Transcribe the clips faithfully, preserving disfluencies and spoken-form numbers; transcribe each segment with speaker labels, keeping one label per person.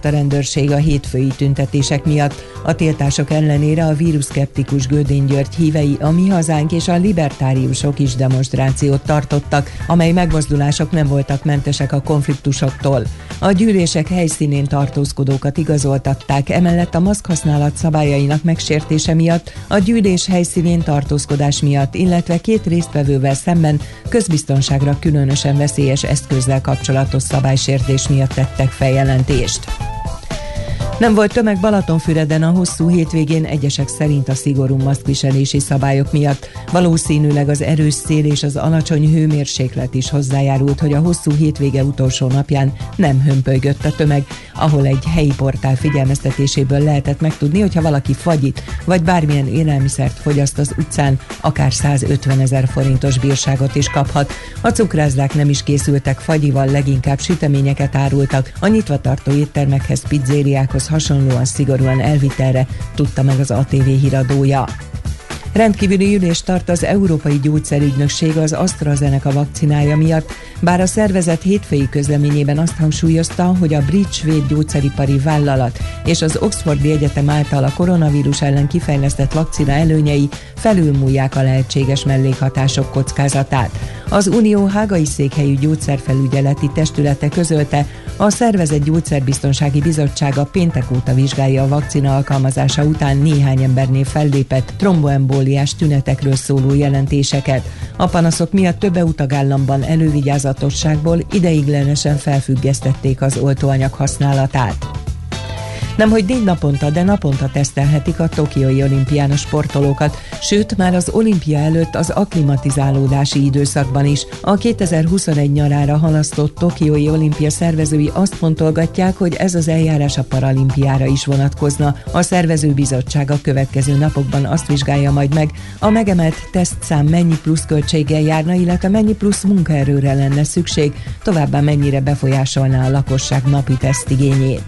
Speaker 1: a rendőrség a hétfői tüntetések miatt. A tiltások ellenére a vírusszkeptikus Gödény György hívei, a Mi Hazánk és a libertáriusok is demonstrációt tartottak, amely megmozdulások nem voltak mentesek a konfliktusoktól. A gyűlések helyszínén tartózkodókat igazoltatták, emellett a maszkhasználat szabályainak megsértése miatt, a gyűlés helyszínén tartózkodás miatt, illetve két résztvevővel szemben közbiztonságra különösen veszélyes eszközzel kapcsolatos szabálysértés miatt tettek feljelentést. Nem volt tömeg Balatonfüreden a hosszú hétvégén egyesek szerint a szigorú maszkviselési szabályok miatt. Valószínűleg az erős szél és az alacsony hőmérséklet is hozzájárult, hogy a hosszú hétvége utolsó napján nem hömpölygött a tömeg, ahol egy helyi portál figyelmeztetéséből lehetett megtudni, hogyha valaki fagyit vagy bármilyen élelmiszert fogyaszt az utcán, akár százötvenezer forintos bírságot is kaphat. A cukrászdák nem is készültek fagyival, leginkább süteményeket árultak, a nyitvatartó éttermekhez, pizzériákhoz hasonlóan szigorúan elvitelre, tudta meg az á té vé híradója. Rendkívüli ülést tart az Európai Gyógyszerügynökség az AstraZeneca vakcinája miatt, bár a szervezet hétfői közleményében azt hangsúlyozta, hogy a brit svéd gyógyszeripari vállalat és az Oxfordi Egyetem által a koronavírus ellen kifejlesztett vakcina előnyei felülmúlják a lehetséges mellékhatások kockázatát. Az Unió hágai székhelyű gyógyszerfelügyeleti testülete közölte, a szervezet gyógyszerbiztonsági bizottsága péntek óta vizsgálja a vakcina alkalmazása után néhány embernél fellépett tromboembóliás tünetekről szóló jelentéseket. A panaszok miatt több é u tagállamban elővigyázatosságból ideiglenesen felfüggesztették az oltóanyag használatát. Nemhogy négy naponta, de naponta tesztelhetik a tokiói olimpián a sportolókat, sőt már az olimpia előtt az akklimatizálódási időszakban is. A kétezer-huszonegy nyarára halasztott tokiói olimpia szervezői azt fontolgatják, hogy ez az eljárás a paralimpiára is vonatkozna. A szervezőbizottság a következő napokban azt vizsgálja majd meg, a megemelt tesztszám mennyi plusz költséggel járna, illetve mennyi plusz munkaerőre lenne szükség, továbbá mennyire befolyásolná a lakosság napi tesztigényét.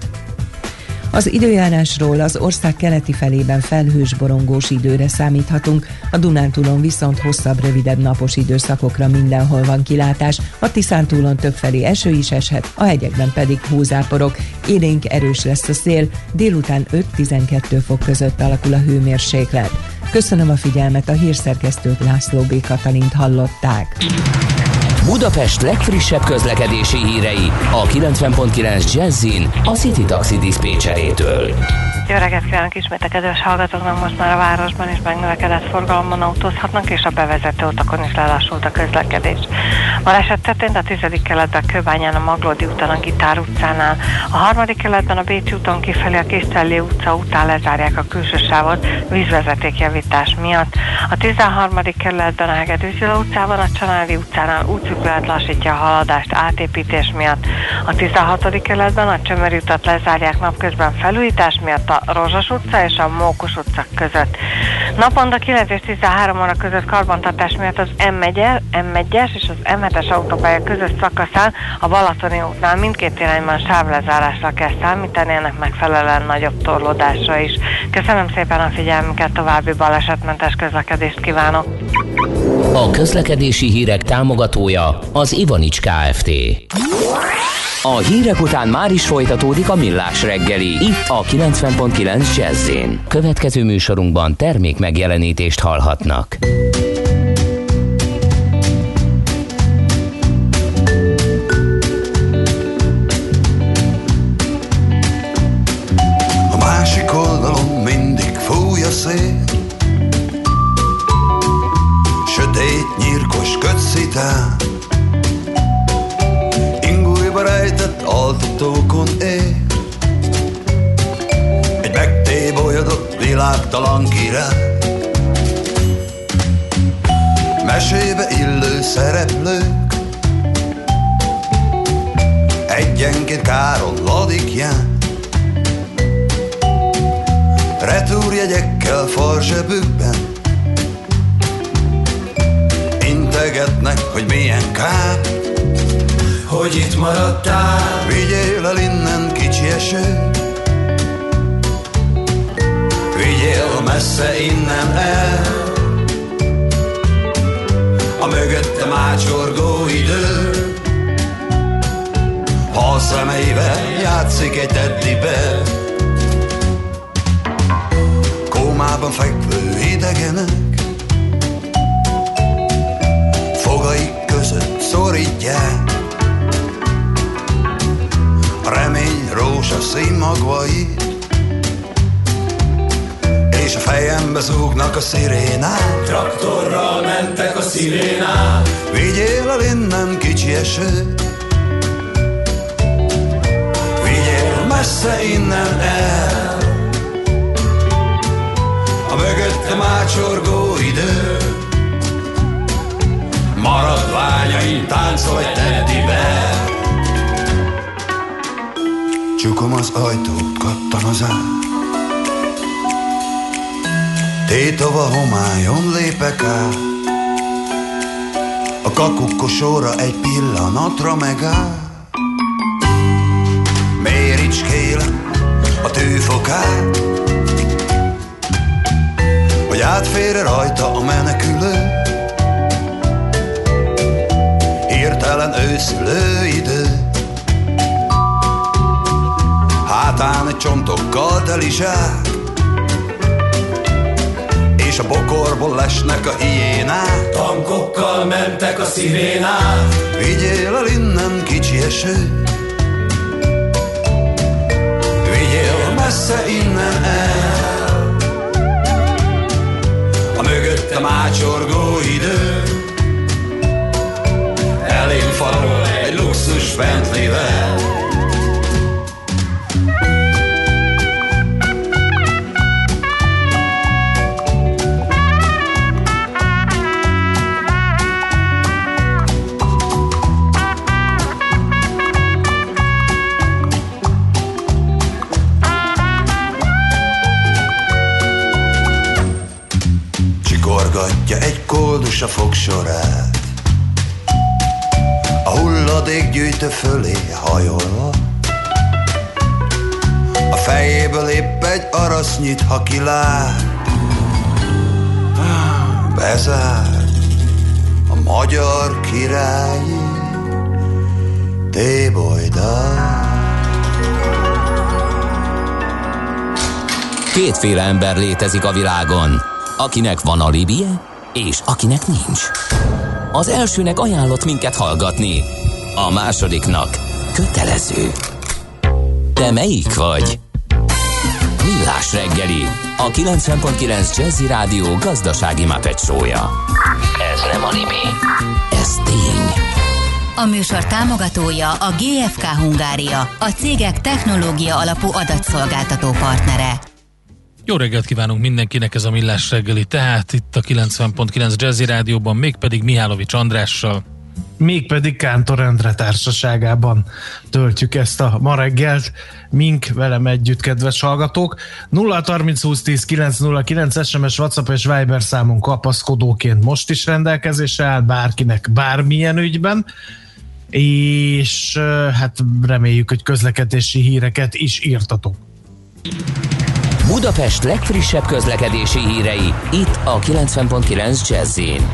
Speaker 1: Az időjárásról: az ország keleti felében felhős, borongós időre számíthatunk, a Dunántúlon viszont hosszabb, rövidebb napos időszakokra mindenhol van kilátás, a Tiszántúlon többfelé eső is eshet, a hegyekben pedig hózáporok. Élénk erős lesz a szél, délután öt-tizenkét fok között alakul a hőmérséklet. Köszönöm a figyelmet, a hírszerkesztőt, László B. Katalint hallották.
Speaker 2: Budapest legfrissebb közlekedési hírei a kilencven pont kilenc Jazzin a City Taxi diszpécserétől.
Speaker 3: Jó reggelt kívánok ismét a kedves hallgatóknak! Most már a városban is megnövekedett forgalomban autózhatnak, és a bevezető utakon is lelassult a közlekedés. Baleset történt a tizedik kerületben Kőbányán, a Maglódi úton, a Gitár utcánál. A harmadik kerületben a Bécsi úton kifelé a Kiscelli utca után lezárják a külső sávot vízvezetékjavítás miatt. A tizenharmadik kerületben a Hegedűs Gyula utcában, a Csanádi utcánál útszűkület lassítja a haladást átépítés miatt. A tizenhatodik kerületben a Csömöri utat lezárják napközben felújítás miatt a Rozsas utca és a Mókus utca között. Naponta kilenc és tizenhárom óra között karbantartás miatt az em egyes és az em hetes autópálya közös szakaszán a Balatoni útnál mindkét irányban sávlezárásra kell számítani, ennek megfelelően nagyobb torlódásra is. Köszönöm szépen a figyelmüket, további balesetmentes közlekedést kívánok!
Speaker 2: A közlekedési hírek támogatója az Ivanics Kft. A hírek után már is folytatódik a Millás reggeli, itt a kilencven pont kilenc Jazz-én. Következő műsorunkban termék megjelenítést hallhatnak.
Speaker 4: A másik oldalon mindig fúj a szél, sötét, nyírkos kötszitán, ingújba rejtett altatókon él egy megtébolyodott világtalan király. Mesébe illő szereplők egyenként káron ladikján, retúrjegyekkel farzsebükben integetnek, hogy milyen kár, hogy itt maradtál. Vigyél el innen, kicsi eső, vigyél messze innen el, a mögöttem átsorgó idő. Ha a szemeivel játszik egy teddibe. Kómában fekvő idegenek fogaik között szorítják a remény rózsaszín magvait, és a fejembe zúgnak a szirénák.
Speaker 5: Traktorral mentek a szirénák.
Speaker 4: Vigyél el innen kicsi eső, vigyél messze innen el, a mögöttem ácsorgó idő. Maradványaim táncol egy teddibe. Csukom az ajtót, kattan az ár, tétova homályon lépek át, a kakukkosóra egy pillanatra megáll. Méricskélem a tűfokát, hogy átfér rajta a menekülő. Hirtelen őszülő idő, hátán egy csontokkal teli zsák, és a bokorból lesnek a hiénák.
Speaker 5: Tankokkal mentek a szirénák.
Speaker 4: Vigyél el innen kicsi eső, vigyél messze innen el, a mögöttem ácsorgó idő. Elém farol egy luxus Bentleyvel. Csikorgatja egy koldus a fogsorát, a hulladékgyűjtő fölé hajolva, a fejéből épp egy arasznyit, ha kilát. Bezár a magyar királyi tébolydal.
Speaker 2: Kétféle ember létezik a világon, akinek van alibije, és akinek nincs. Az elsőnek ajánlott minket hallgatni, a másodiknak kötelező. Te melyik vagy? Millás reggeli, a kilencven pont kilenc Jazzy Rádió gazdasági Muppet show-ja. Ez nem anime, ez tény.
Speaker 6: A műsor támogatója a gé ef ká Hungária, a cégek technológia alapú adatszolgáltató partnere.
Speaker 7: Jó reggelt kívánunk mindenkinek, ez a Millás reggeli, tehát itt a kilencven pont kilenc Jazzy Rádióban, mégpedig Mihálovics Andrással.
Speaker 8: Mégpedig Kántor Endre társaságában töltjük ezt a ma reggelt, mink velem együtt, kedves hallgatók. nulla harminc húsz tíz kilenc nulla kilenc es em es, WhatsApp és Viber számunk kapaszkodóként most is rendelkezésre áll bárkinek bármilyen ügyben, és hát reméljük, hogy közlekedési híreket is írtatok.
Speaker 2: Budapest legfrissebb közlekedési hírei, itt a kilencven pont kilenc Jazzyn.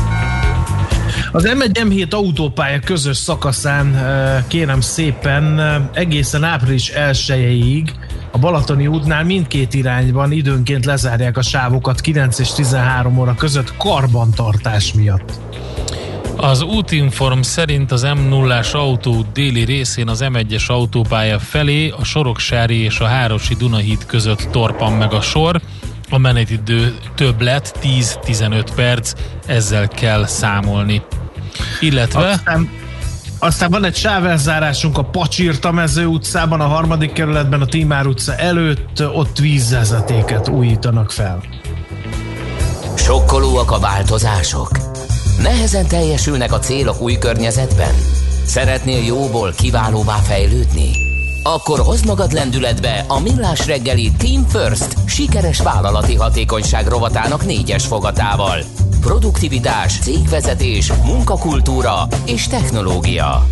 Speaker 8: Az em egy em hét autópálya közös szakaszán kérem szépen egészen április elsejéig a Balatoni útnál mindkét irányban időnként lezárják a sávokat kilenc és tizenhárom óra között karbantartás miatt.
Speaker 7: Az Útinform szerint az em nullás autóút déli részén az em egyes autópálya felé a Soroksári és a Hárosi Dunahíd között torpan meg a sor. A menetidő többlet tíz-tizenöt perc, ezzel kell számolni. Illetve...
Speaker 8: Aztán, aztán van egy sávelzárásunk a Pacsirtamező utcában, a harmadik kerületben, a Tímár utca előtt, ott vízvezetéket újítanak fel.
Speaker 2: Sokkolóak a változások? Nehezen teljesülnek a célok új környezetben? Szeretnél jóból kiválóvá fejlődni? Akkor hozd magad lendületbe a Millás reggeli Team First sikeres vállalati hatékonyság rovatának négyes fogatával. Produktivitás, cégvezetés, munkakultúra és technológia.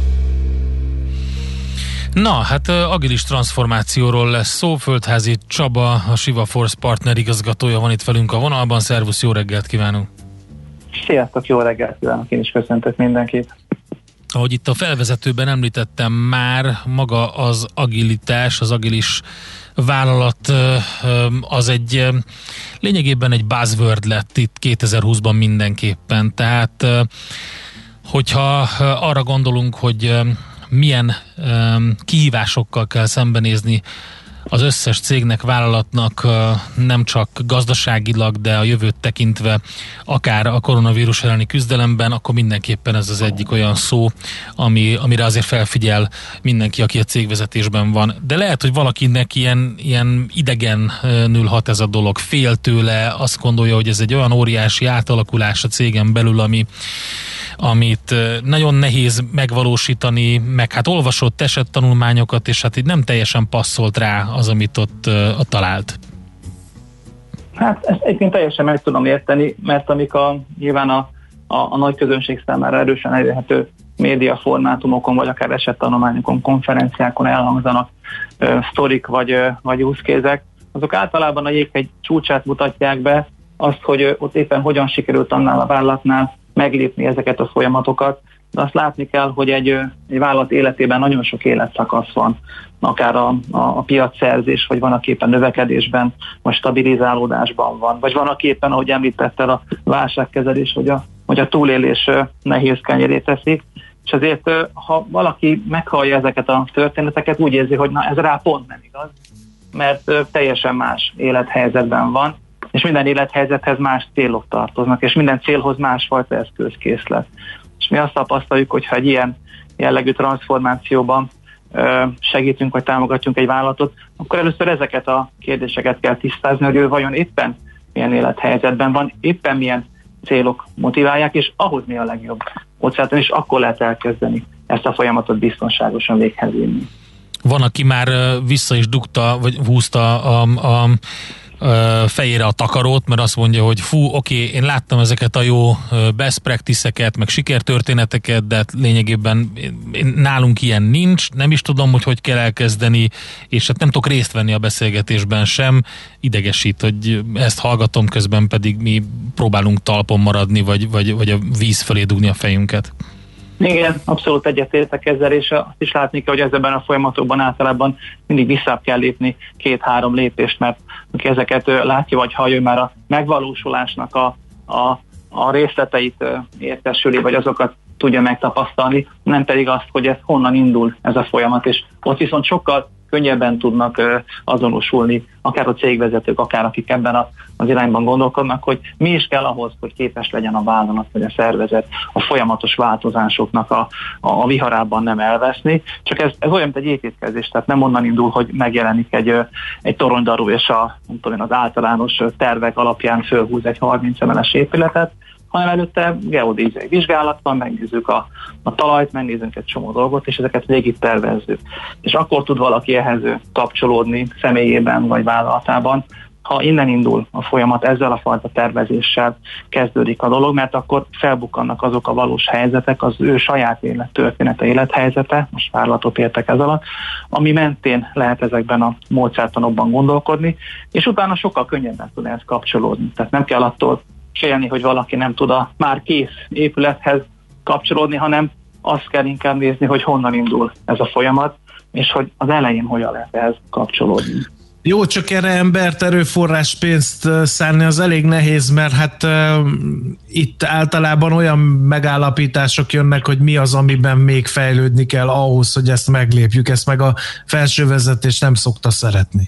Speaker 7: Na, hát agilis transformációról lesz szó. Földházi Csaba, a Siva Force partner igazgatója van itt velünk a vonalban. Szervusz, jó reggelt kívánunk!
Speaker 9: Sziasztok, jó reggelt kívánok, én is köszöntök mindenkit.
Speaker 7: ahogy itt a felvezetőben említettem már, maga az agilitás, az agilis vállalat az egy lényegében egy buzzword lett itt kétezer-húszban mindenképpen. Tehát hogyha arra gondolunk, hogy milyen kihívásokkal kell szembenézni az összes cégnek, vállalatnak, nem csak gazdaságilag, de a jövőt tekintve, akár a koronavírus elleni küzdelemben, akkor mindenképpen ez az egyik olyan szó, ami, amire azért felfigyel mindenki, aki a cégvezetésben van. De lehet, hogy valakinek ilyen, ilyen idegenül hat ez a dolog, fél tőle, azt gondolja, hogy ez egy olyan óriási átalakulás a cégen belül, ami amit nagyon nehéz megvalósítani, meg hát olvasott esettanulmányokat, és hát így nem teljesen passzolt rá az, amit ott, ott talált.
Speaker 9: Hát ezt egyébként teljesen meg tudom érteni, mert amik a, nyilván a, a, a nagy közönség számára erősen elérhető média formátumokon, vagy akár esettanulmányokon, konferenciákon elhangzanak ö, sztorik, vagy, ö, vagy use case-ek, azok általában a jéghegy csúcsát mutatják be, azt, hogy ö, ott éppen hogyan sikerült annál a vállalatnál meglépni ezeket a folyamatokat, de azt látni kell, hogy egy, egy vállalat életében nagyon sok életszakasz van, akár a, a, a piacszerzés, vagy van, aki éppen növekedésben, vagy stabilizálódásban van, vagy van, aki éppen, ahogy említetted, a válságkezelés, vagy a, vagy a túlélés nehéz kenyerét teszik, és azért, ha valaki meghallja ezeket a történeteket, úgy érzi, hogy na, ez rá pont nem igaz, mert teljesen más élethelyzetben van, és minden élethelyzethez más célok tartoznak, és minden célhoz másfajta eszközkészlet. És mi azt tapasztaljuk, hogyha egy ilyen jellegű transformációban segítünk, vagy támogatjunk egy vállalatot, akkor először ezeket a kérdéseket kell tisztázni, hogy ő vajon éppen milyen élethelyzetben van, éppen milyen célok motiválják, és ahhoz mi a legjobb módszertan, és akkor lehet elkezdeni ezt a folyamatot biztonságosan véghez vinni.
Speaker 7: Van, aki már vissza is dugta, vagy húzta a, a fejére a takarót, mert azt mondja, hogy fú, oké, okay, én láttam ezeket a jó best practice-eket, meg sikertörténeteket, de lényegében nálunk ilyen nincs, nem is tudom, hogy hogy kell elkezdeni, és hát nem tudok részt venni a beszélgetésben sem, idegesít, hogy ezt hallgatom, közben pedig mi próbálunk talpon maradni, vagy, vagy, vagy a víz fölé dugni a fejünket.
Speaker 9: Igen, abszolút egyetértek ezzel, és azt is látni kell, hogy ezekben a folyamatokban általában mindig vissza kell lépni két-három lépést, mert aki ezeket látja vagy hallja, már a megvalósulásnak a, a, a részleteit értesüli, vagy azokat tudja megtapasztalni, nem pedig azt, hogy ez honnan indul ez a folyamat, és ott viszont sokkal könnyebben tudnak uh, azonosulni, akár a cégvezetők, akár akik ebben a, az irányban gondolkodnak, hogy mi is kell ahhoz, hogy képes legyen a vállalat vagy a szervezet a folyamatos változásoknak a, a, a viharában nem elveszni. Csak ez, ez olyan, mint egy építkezés, tehát nem onnan indul, hogy megjelenik egy, egy toronydarú, és a, nem tudom, az általános tervek alapján fölhúz egy harminc emeles épületet, hanem előtte geodéziai vizsgálat van, megnézzük a, a talajt, megnézzük egy csomó dolgot, és ezeket végig tervezzük. És akkor tud valaki ehhez kapcsolódni személyében vagy vállalatában, ha innen indul a folyamat, ezzel a fajta tervezéssel kezdődik a dolog, mert akkor felbukkannak azok a valós helyzetek, az ő saját élettörténete, élethelyzete, most vállalatot értek ez alatt, ami mentén lehet ezekben a módszertanokban gondolkodni, és utána sokkal könnyebben tud ehhez kapcsolódni. Tehát nem kell attól félni, hogy valaki nem tud a már kész épülethez kapcsolódni, hanem azt kell inkább nézni, hogy honnan indul ez a folyamat, és hogy az elején hogyan lehet ehhez kapcsolódni.
Speaker 8: Jó, csak erre embert, erőforrás, pénzt szánni az elég nehéz, mert hát uh, itt általában olyan megállapítások jönnek, hogy mi az, amiben még fejlődni kell ahhoz, hogy ezt meglépjük. Ezt meg a felső vezetés nem szokta szeretni.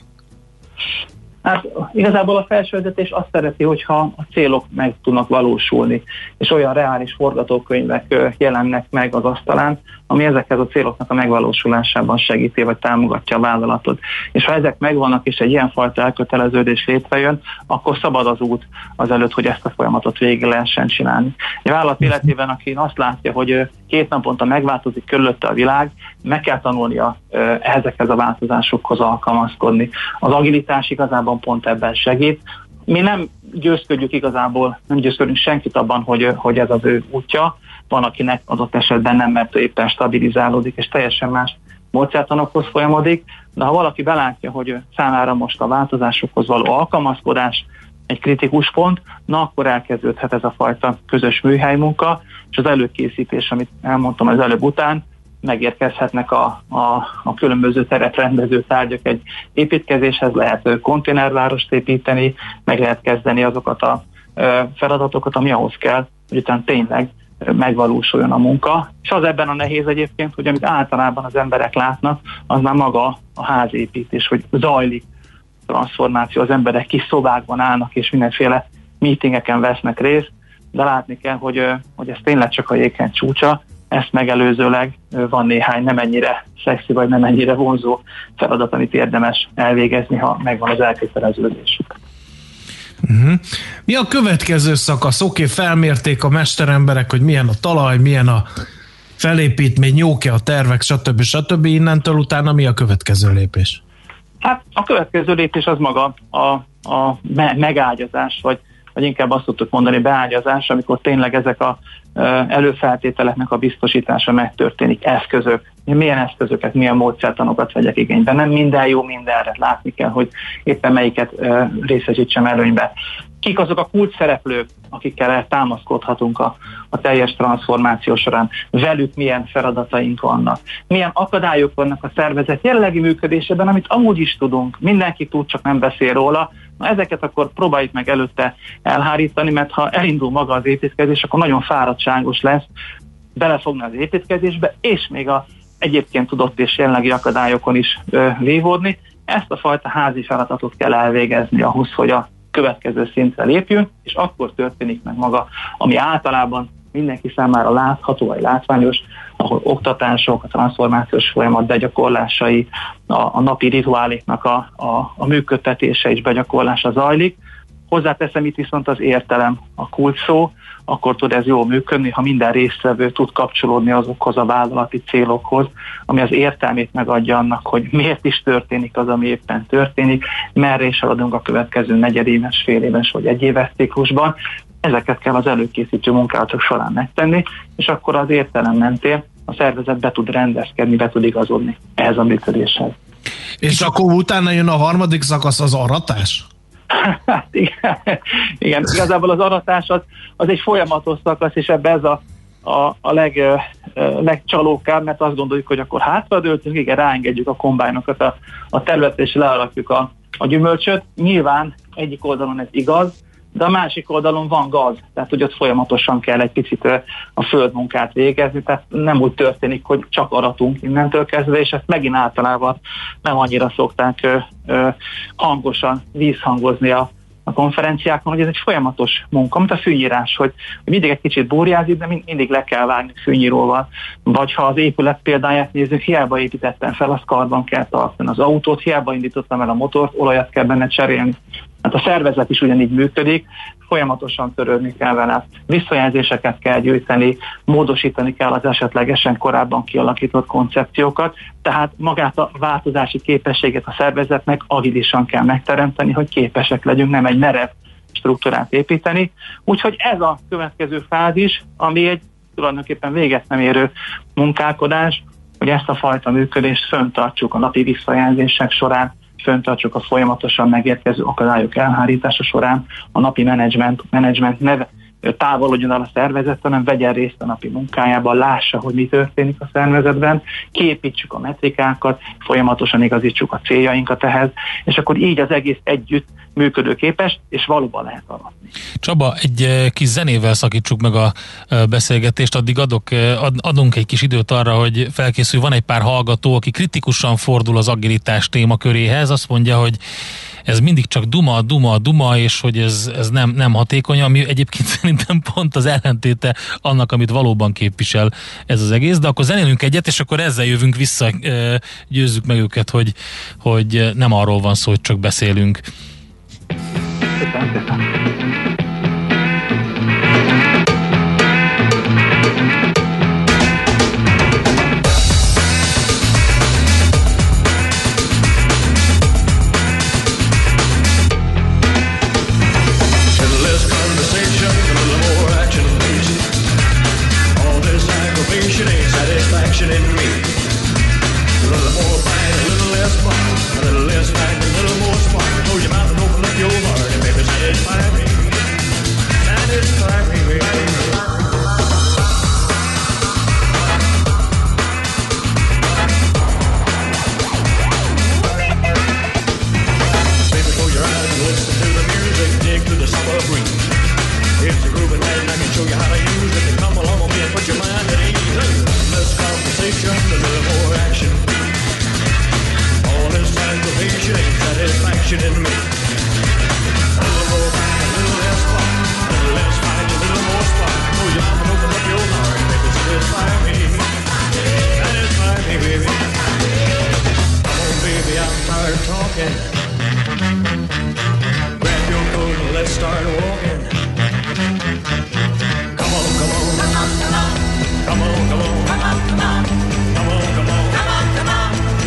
Speaker 9: Hát igazából a felsővezetés azt szereti, hogyha a célok meg tudnak valósulni, és olyan reális forgatókönyvek jelennek meg az asztalán, ami ezekhez a céloknak a megvalósulásában segíti, vagy támogatja a vállalatot. És ha ezek megvannak, és egy ilyenfajta elköteleződés létrejön, akkor szabad az út azelőtt, hogy ezt a folyamatot végig lehessen csinálni. Egy vállalat életében, aki azt látja, hogy két naponta megváltozik körülötte a világ, meg kell tanulnia ezekhez a változásokhoz alkalmazkodni. Az agilitás igazából pont ebben segít. Mi nem győzködjük igazából, nem győzködünk senkit abban, hogy, hogy ez az ő útja. Van, akinek adott esetben nem, mert éppen stabilizálódik, és teljesen más módszertanokhoz folyamodik, de ha valaki belátja, hogy számára most a változásokhoz való alkalmazkodás egy kritikus pont, na akkor elkezdődhet ez a fajta közös műhelymunka, és az előkészítés, amit elmondtam az előbb után, megérkezhetnek a, a, a különböző teretrendező tárgyak egy építkezéshez, lehet konténervárost építeni, meg lehet kezdeni azokat a feladatokat, ami ahhoz kell, hogy utána tényleg megvalósuljon a munka. És az ebben a nehéz egyébként, hogy amit általában az emberek látnak, az már maga a házépítés, hogy zajlik transformáció, az emberek kis szobákban állnak, és mindenféle meetingeken vesznek részt, de látni kell, hogy, hogy ez tényleg csak a jéghegy csúcsa, ezt megelőzőleg van néhány nem ennyire szexi, vagy nem ennyire vonzó feladat, amit érdemes elvégezni, ha megvan az elköteleződésük.
Speaker 8: Uh-huh. Mi a következő szakasz? Oké, felmérték a mesteremberek, hogy milyen a talaj, milyen a felépítmény, jók-e a tervek, stb. stb. Innentől utána mi a következő lépés?
Speaker 9: Hát a következő lépés az maga a, a me- megágyazás, vagy, vagy inkább azt tudtuk mondani, beágyazás, amikor tényleg ezek a előfeltételeknek a biztosítása megtörténik, eszközök, milyen eszközöket, milyen módszertanokat vegyek igénybe. Nem minden jó mindenre, látni kell, hogy éppen melyiket uh, részesítsem előnybe. Kik azok a kulcs szereplők, akikkel támaszkodhatunk a, a teljes transformáció során, velük milyen feladataink vannak, milyen akadályok vannak a szervezet jelenlegi működésében, amit amúgy is tudunk, mindenki tud, csak nem beszél róla. Na, ezeket akkor próbáljuk meg előtte elhárítani, mert ha elindul maga az építkezés, akkor nagyon fáradtságos lesz belefogni az építkezésbe, és még a egyébként tudott és jelenlegi akadályokon is ö, vívódni. Ezt a fajta házi feladatot kell elvégezni ahhoz, hogy a következő szintre lépjünk, és akkor történik meg maga, ami általában mindenki számára látható vagy látványos, ahol oktatások, a transformációs folyamat begyakorlásai, a, a napi rituáléknak a, a, a működtetése és begyakorlása zajlik. Hozzáteszem itt viszont az értelem, a kulcs szó, akkor tud ez jól működni, ha minden résztvevő tud kapcsolódni azokhoz a vállalati célokhoz, ami az értelmét megadja annak, hogy miért is történik az, ami éppen történik, merre is haladunk a következő negyedéves, féléves vagy egyéves ciklusban. Ezeket kell az előkészítő munkálatok során megtenni, és akkor az értelem mentén a szervezet be tud rendezkedni, be tud igazodni ehhez a működéshez.
Speaker 8: És akkor utána jön a harmadik szakasz, az aratás?
Speaker 9: Hát igen, igen, igazából az aratás az, az egy folyamatos szakasz, és ebben ez a, a, a leg, legcsalókább, mert azt gondoljuk, hogy akkor hátradőltünk, igen, ráengedjük a kombájnokat a, a területre, és lealakjuk a, a gyümölcsöt. Nyilván egyik oldalon ez igaz, de a másik oldalon van gaz, tehát hogy ott folyamatosan kell egy picit a földmunkát végezni, tehát nem úgy történik, hogy csak aratunk innentől kezdve, és ezt megint általában nem annyira szokták ö, ö, hangosan vízhangozni a, a konferenciákon, hogy ez egy folyamatos munka, mint a fűnyírás, hogy, hogy mindig egy kicsit burjázik, de mindig le kell vágni fűnyíróval, vagy ha az épület példáját nézzük, hiába építettem fel, azt karban kell tartani az autót, hiába indítottam el a motort, olajat kell benne cserélni. Hát a szervezet is ugyanígy működik, folyamatosan törődni kell vele, visszajelzéseket kell gyűjteni, módosítani kell az esetlegesen korábban kialakított koncepciókat, tehát magát a változási képességet a szervezetnek agilisan kell megteremteni, hogy képesek legyünk nem egy merev struktúrát építeni. Úgyhogy ez a következő fázis, ami egy tulajdonképpen véget nem érő munkálkodás, hogy ezt a fajta működést fenntartsuk a napi visszajelzések során, fenntartsuk a folyamatosan megérkező akadályok elhárítása során, a napi menedzsment, menedzsment ne távolodjon el a szervezet, hanem vegyen részt a napi munkájában, lássa, hogy mi történik a szervezetben, kiépítsük a metrikákat, folyamatosan igazítsuk a céljainkat ehhez, és akkor így az egész együtt működőképes, és valóban lehet aratni.
Speaker 7: Csaba, egy kis zenével szakítsuk meg a beszélgetést, addig adok, ad, adunk egy kis időt arra, hogy felkészül. Van egy pár hallgató, aki kritikusan fordul az agilitás témaköréhez, azt mondja, hogy ez mindig csak duma, duma, duma, és hogy ez, ez nem, nem hatékony, ami egyébként szerintem pont az ellentéte annak, amit valóban képvisel ez az egész, de akkor zenélünk egyet, és akkor ezzel jövünk vissza, győzzük meg őket, hogy, hogy nem arról van szó, hogy csak beszélünk.
Speaker 9: Köszönöm szépen.
Speaker 5: In me. A little more fight, a little less fun, a little less fight, a little more spark. Close your mouth and open up your heart, and maybe satisfy walking. Grab your coat and let's start walking. Come on, come on, come on, come on, come on, come on, come on, come on, come on, come on, come on, come on.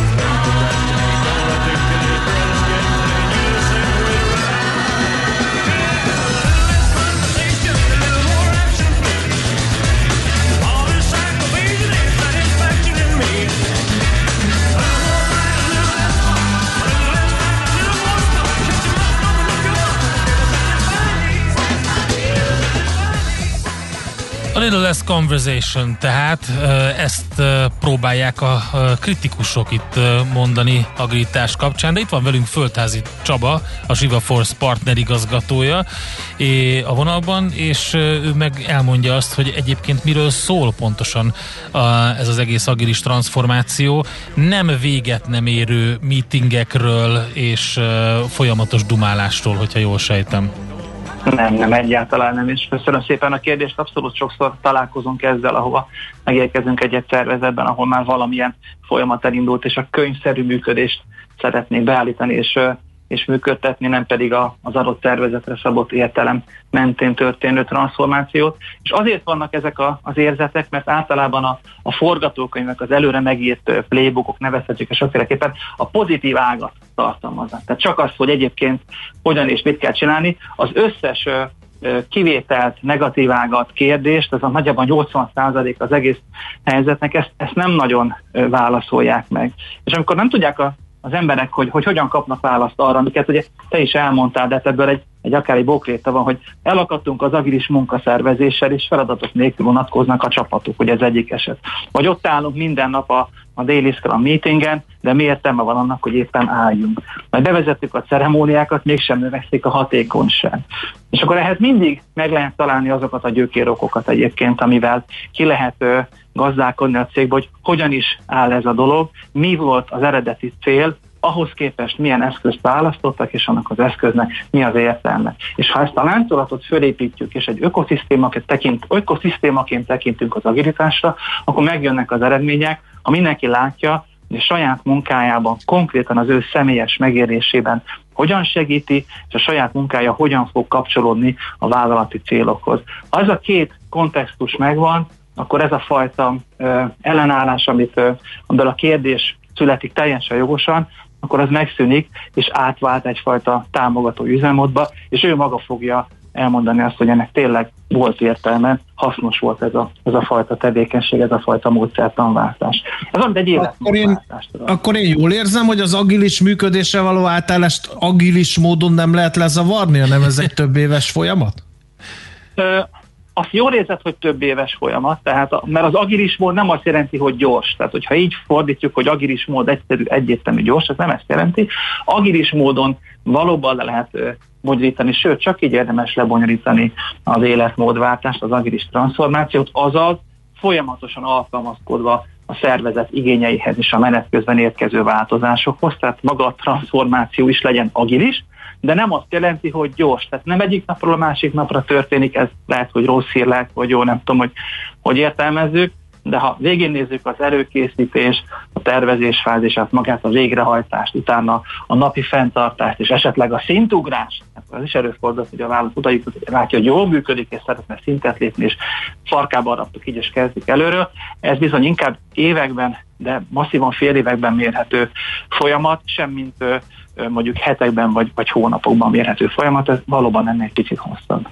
Speaker 7: A Little Less Conversation, tehát ezt próbálják a kritikusok itt mondani agilitás kapcsán, de itt van velünk Földházi Csaba, a Siva Force partner igazgatója a vonalban, és ő meg elmondja azt, hogy egyébként miről szól pontosan ez az egész agilis transformáció. Nem véget nem érő meetingekről és folyamatos dumálásról, hogyha jól sejtem.
Speaker 9: Nem, nem, egyáltalán nem, és köszönöm szépen a kérdést, abszolút sokszor találkozunk ezzel, ahova megérkezünk egy-egy szervezetben, ahol már valamilyen folyamat elindult, és a könyvszerű működést szeretnék beállítani és, és működtetni, nem pedig a, az adott szervezetre szabott értelem mentén történő transformációt. És azért vannak ezek a, az érzetek, mert általában a, a forgatókönyvek, az előre megírt playbookok, nevezhetjük és sokféleképpen a pozitív ágat tartalmaznak. Tehát csak az, hogy egyébként hogyan és mit kell csinálni, az összes kivételt, negatív ágat, kérdést, ez a nagyjából nyolcvan százalék az egész helyzetnek, ezt, ezt nem nagyon válaszolják meg. És amikor nem tudják a az emberek, hogy, hogy hogyan kapnak választ arra, amiket ugye te is elmondtál, de ebből egy, egy akár egy bókréta van, hogy elakadtunk az agilis munkaszervezéssel, és feladatok nélkül vonatkoznak a csapatok, hogy ez egyik eset. Vagy ott állunk minden nap a, a Daily Scrum meetingen, de mi értelme van annak, hogy éppen álljunk. Majd bevezettük a ceremóniákat, mégsem növekszik a hatékonyság. És akkor ehhez mindig meg lehet találni azokat a gyökérokokat egyébként, amivel ki lehet ö, gazdálkodni a cégbe, hogy hogyan is áll ez a dolog, mi volt az eredeti cél, ahhoz képest milyen eszközt választottak, és annak az eszköznek mi az értelme. És ha ezt a láncolatot fölépítjük, és egy ökoszisztémaként, tekint, ökoszisztémaként tekintünk az agilitásra, akkor megjönnek az eredmények, ha mindenki látja, hogy a saját munkájában, konkrétan az ő személyes megérésében hogyan segíti, és a saját munkája hogyan fog kapcsolódni a vállalati célokhoz. Ha ez a két kontextus megvan, akkor ez a fajta ö, ellenállás, amit ö, amiben a kérdés születik teljesen jogosan, akkor az megszűnik, és átvált egyfajta támogató üzemmódba, és ő maga fogja elmondani azt, hogy ennek tényleg volt értelme, hasznos volt ez a, ez a fajta tevékenység, ez a fajta módszertanváltás. Ez olyan egy életmódváltás.
Speaker 8: Akkor, akkor én jól érzem, hogy az agilis működésre való átállást agilis módon nem lehet lezavarni, hanem ez egy több éves folyamat?
Speaker 9: Ö, Azt jól érzed, hogy több éves folyamat, tehát a, mert az agilis mód nem azt jelenti, hogy gyors. Tehát, hogyha így fordítjuk, hogy agilis mód egyszerű, egyértelmű, gyors, ez nem ezt jelenti. Agilis módon valóban le lehet ö, bonyolítani, sőt, csak így érdemes lebonyolítani az életmódváltást, az agilis transformációt, azaz folyamatosan alkalmazkodva a szervezet igényeihez és a menet közben érkező változásokhoz, tehát maga a transformáció is legyen agilis, de nem azt jelenti, hogy gyors. Tehát nem egyik napról a másik napra történik, ez lehet, hogy rossz hír lehet, vagy jó, nem tudom, hogy, hogy értelmezzük, de ha végén nézzük az előkészítés, a tervezés fázisát, magát a végrehajtást, utána a napi fenntartást, és esetleg a szintugrást, az is előfordul, hogy a vállalat odajuk, hogy látja, hogy jól működik, és szeretne szintet lépni, és farkába raptuk így, és kezdik előről. Ez bizony inkább években, de masszívan fél években mérhető folyamat, semmint mondjuk hetekben vagy, vagy hónapokban mérhető folyamat, ez valóban ennél egy picit hosszabb.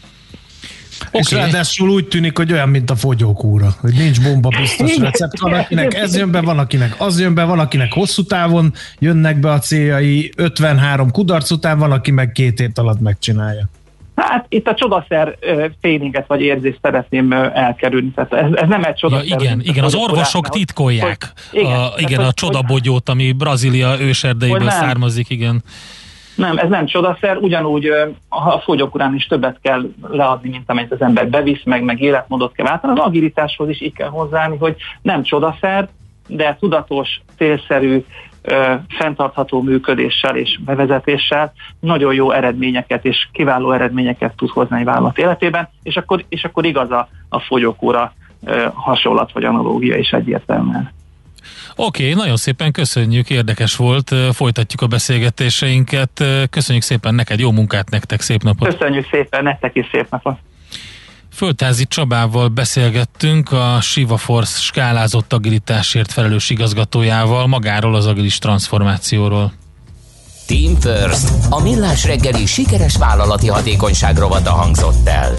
Speaker 8: Okay. És ráadásul úgy tűnik, hogy olyan, mint a fogyókúra, hogy nincs bomba biztos recept. Van, akinek ez jön be, van, akinek az jön be, van, akinek hosszú távon jönnek be a céljai, ötvenhárom kudarc után, van, aki meg két hét alatt megcsinálja.
Speaker 9: Hát itt a csodaszer feelinget vagy érzést szeretném elkerülni. Tehát ez, ez nem egy csodaszer.
Speaker 7: Ja, igen, igen, az orvosok hogy, titkolják. Hogy, igen, a, igen a csodabogyót, ami Brazília őserdejéből származik, igen.
Speaker 9: Nem, ez nem csodaszer, ugyanúgy a fogyókúrán is többet kell leadni, mint amennyit az ember bevisz, meg, meg életmódot kell váltani. Az agilitáshoz is így kell hozzáállni, hogy nem csodaszer, de tudatos, célszerű, fenntartható működéssel és bevezetéssel nagyon jó eredményeket és kiváló eredményeket tud hozni egy vállalat életében, és akkor, és akkor igaz a, a fogyókúra hasonlat vagy analógia is egyértelműen.
Speaker 7: Oké, okay, nagyon szépen köszönjük, érdekes volt, folytatjuk a beszélgetéseinket. Köszönjük szépen neked, jó munkát nektek, szép napot!
Speaker 9: Köszönjük szépen, nektek is szép napot!
Speaker 7: Földházi Csabával beszélgettünk, a Shiva Force skálázott agilitásért felelős igazgatójával, magáról az agilis transformációról.
Speaker 2: Team First, a millás reggeli sikeres vállalati hatékonyság rovata hangzott el.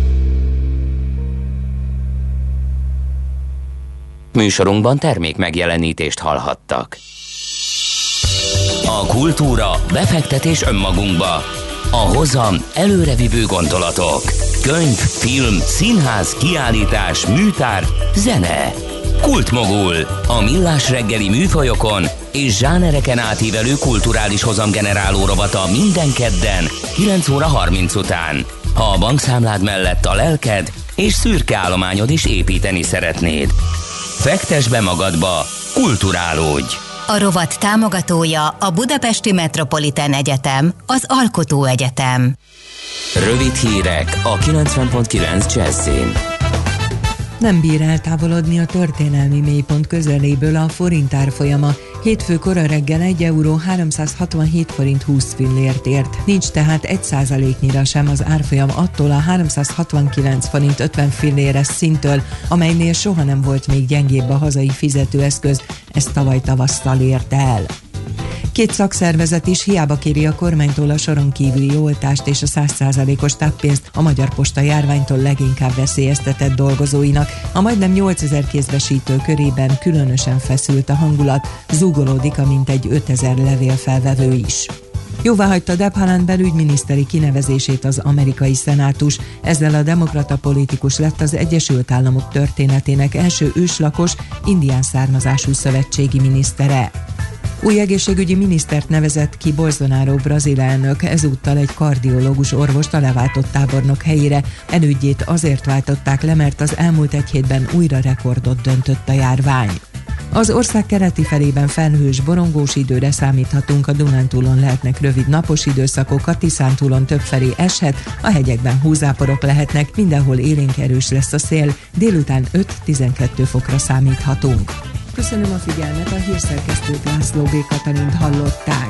Speaker 2: Műsorunkban termék megjelenítést hallhattak. A kultúra, befektetés önmagunkba. A hozam, előrevívő gondolatok. Könyv, film, színház, kiállítás, műtár, zene. Kultmogul. A millás reggeli műfajokon és zsánereken átívelő kulturális hozamgeneráló rovata minden kedden kilenc óra harminc után. Ha a bankszámlád mellett a lelked és szürke állományod is építeni szeretnéd. Fektesd be magadba, kulturálódj!
Speaker 6: A rovat támogatója a Budapesti Metropolitán Egyetem, az Alkotó Egyetem.
Speaker 2: Rövid hírek a kilencven pont kilenc Jazzin.
Speaker 1: Nem bír eltávolodni a történelmi mélypont közeléből a forint árfolyama. Hétfő kora reggel egy euró háromszázhatvanhét forint húsz fillért ért. Nincs tehát egy százaléknyira sem az árfolyam attól a háromszázhatvankilenc forint ötven filléres szinttől, amelynél soha nem volt még gyengébb a hazai fizetőeszköz. Ezt tavaly tavasszal érte el. Két szakszervezet is hiába kéri a kormánytól a soron kívüli oltást és a száz százalékos táppénzt a Magyar Posta járványtól leginkább veszélyeztetett dolgozóinak. A majdnem nyolcezer kézbesítő körében különösen feszült a hangulat, zúgolódik a mintegy ötezer levélfelvevő is. Jóváhagyta Deb Haaland belügyminiszteri kinevezését az amerikai szenátus, ezzel a demokrata politikus lett az Egyesült Államok történetének első őslakos, indián származású szövetségi minisztere. Új egészségügyi minisztert nevezett ki Bolsonaro brazil elnök, ezúttal egy kardiológus orvost a leváltott tábornok helyére. Elődjét azért váltották le, mert az elmúlt egy hétben újra rekordot döntött a járvány. Az ország keleti felében felhős, borongós időre számíthatunk, a Dunántúlon lehetnek rövid napos időszakok, a Tiszántúlon többfelé eshet, a hegyekben húzáporok lehetnek, mindenhol élénk erős lesz a szél, délután öt-tizenkettő fokra számíthatunk. Köszönöm a figyelmet, a hírszerkesztőt László B. Katalint hallották.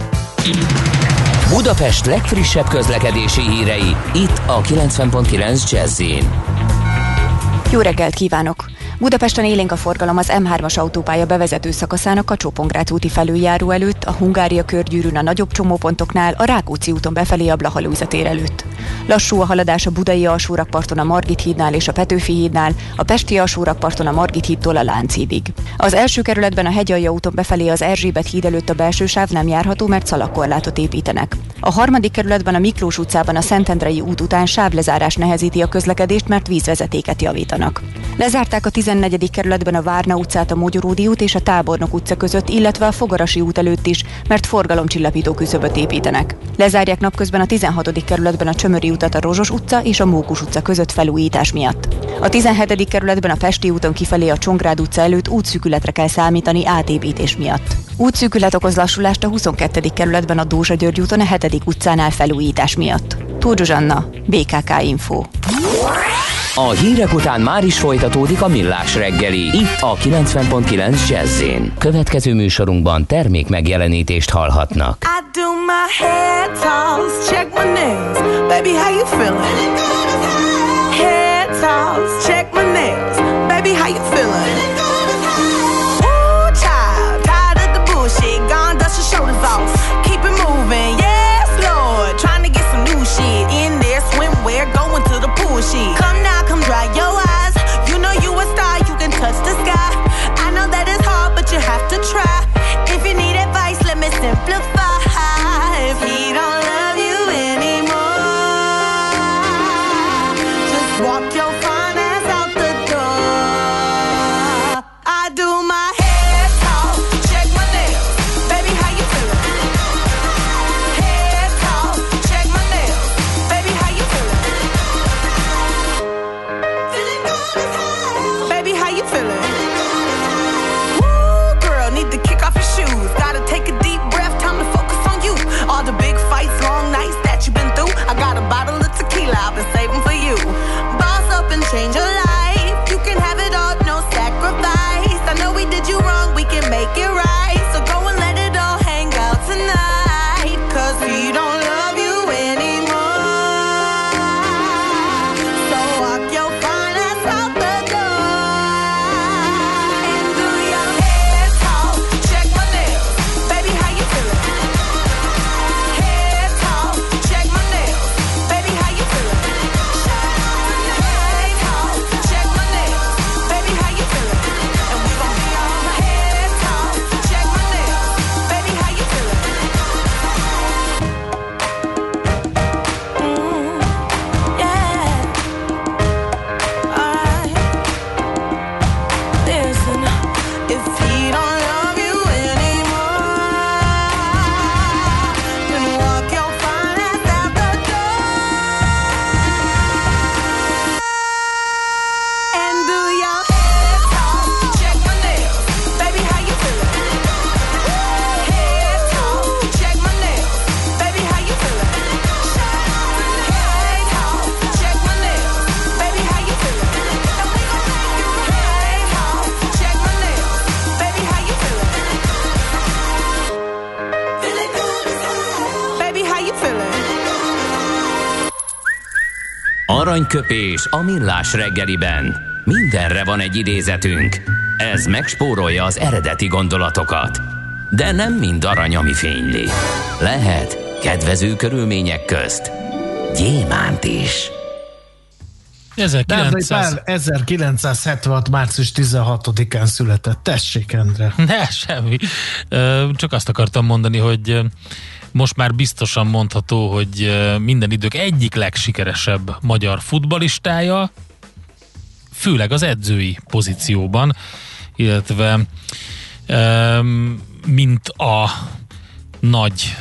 Speaker 2: Budapest legfrissebb közlekedési hírei, itt a kilencven pont kilenc Jazz-in.
Speaker 10: Jó reggelt kívánok! Budapesten élénk a forgalom az M hármas autópálya bevezető szakaszán a Kacsó-Pongrác úti felüljáró előtt, a Hungária körgyűrűn a nagyobb csomópontoknál, a Rákóczi úton befelé a Blaha-Lujza tér előtt. Lassú a haladás a Budai alsórakparton a Margit hídnál és a Petőfi hídnál, a Pesti alsórakparton a Margit hídtól a Lánchídig. Az első kerületben a Hegyalja úton befelé az Erzsébet híd előtt a belső sáv nem járható, mert szalagkorlátot építenek. A harmadik kerületben a Miklós utcában a Szentendrei út után sávlezárás nehezíti a közlekedést, mert vízvezetéket javítanak. Lezárták a tizennegyedik kerületben a Várna utcát, a Mogyoródi út és a Tábornok utca között, illetve a Fogarasi út előtt is, mert forgalomcsillapító küszöböt építenek. Lezárják napközben a tizenhatodik kerületben a Csömöri utat, a Rozsos utca és a Mókus utca között felújítás miatt. A tizenhetedik kerületben a Pesti úton kifelé a Csongrád utca előtt útszűkületre kell számítani átépítés miatt. Útszűkület okoz lassulást a huszonkettő kerületben a Dózsa György úton a hetedik utcánál felújítás miatt. Tóth Zsuzsanna, bé ká ká Info.
Speaker 2: A hírek után már is folytatódik a Millás reggeli, itt a kilencven pont kilenc Jazz-in. Következő műsorunkban termék megjelenítést hallhatnak.
Speaker 11: I do my head toss, check my nails, baby how you feeling? Head toss, check my nails, baby how you feeling? Ooh child, tired of the bullshit, gone dust your shoulders off, keep it moving, yes Lord, trying to get some new shit in there, swimwear, going to the pool shit. Come now, come dry your eyes, you know you a star, you can touch the sky. I know that it's hard, but you have to try. If you need advice, let me simplify. If he don't love you anymore, just walk your fine ass out the door.
Speaker 2: Aranyköpés a millás reggeliben. Mindenre van egy idézetünk. Ez megspórolja az eredeti gondolatokat. De nem mind arany, ami fényli. Lehet kedvező körülmények közt gyémánt is.
Speaker 8: ezerkilencszáz... ezerkilencszázhetvenhat. március tizenhatodikán született. Tessék, Endre.
Speaker 7: Ne, semmi. Csak azt akartam mondani, hogy most már biztosan mondható, hogy minden idők egyik legsikeresebb magyar futballistája, főleg az edzői pozícióban, illetve mint a nagy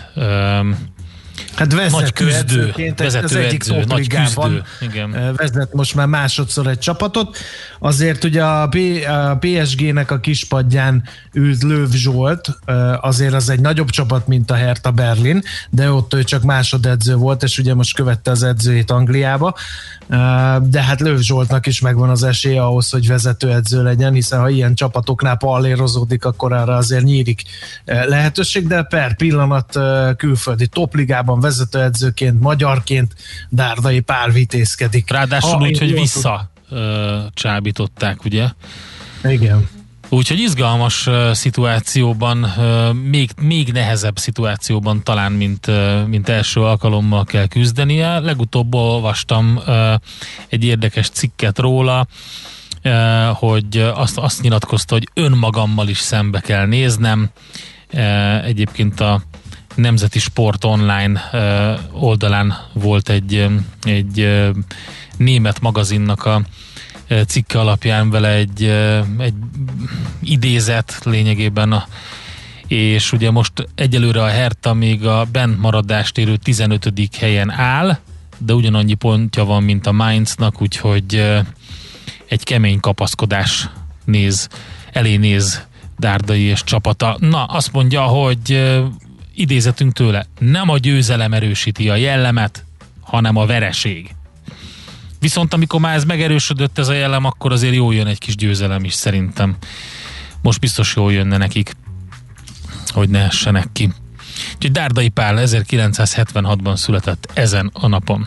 Speaker 8: Hát
Speaker 7: nagy küzdő,
Speaker 8: vezető az egyik
Speaker 7: edző, nagy küzdő.
Speaker 8: Igen. Vezet most már másodszor egy csapatot. Azért ugye a, P- a pé es gé-nek a kispadján ült Löw Zsolt, azért az egy nagyobb csapat, mint a Hertha Berlin, de ott ő csak másodedző volt, és ugye most követte az edzőjét Angliába. De hát Löw Zsoltnak is megvan az esélye ahhoz, hogy vezetőedző legyen, hiszen ha ilyen csapatoknál pallérozódik, akkor arra azért nyílik lehetőség, de per pillanat külföldi topligában vezetőedzőként, magyarként Dárdai Pál vitézkedik.
Speaker 7: Ráadásul ha, úgy, hogy vissza ö, csábították, ugye?
Speaker 8: Igen.
Speaker 7: Úgyhogy izgalmas uh, szituációban, uh, még, még nehezebb szituációban talán, mint, uh, mint első alkalommal kell küzdenie. Legutóbb olvastam uh, egy érdekes cikket róla, uh, hogy azt, azt nyilatkozta, hogy önmagammal is szembe kell néznem. Uh, egyébként a Nemzeti Sport Online uh, oldalán volt egy, egy uh, német magazinnak a cikke alapján vele egy, egy idézet lényegében, a, és ugye most egyelőre a Hertha még a bent maradást érő tizenötödik helyen áll, de ugyanannyi pontja van, mint a Mainznak, úgyhogy egy kemény kapaszkodás néz, elé néz Dárdai és csapata. Na, azt mondja, hogy idézetünk tőle, nem a győzelem erősíti a jellemet, hanem a vereség. Viszont amikor már ez megerősödött ez a jellem, akkor azért jól jön egy kis győzelem is szerintem. Most biztos jól jönne nekik, hogy ne essenek ki. Úgyhogy Dárdai Pál ezerkilencszázhetvenhatban született ezen a napon.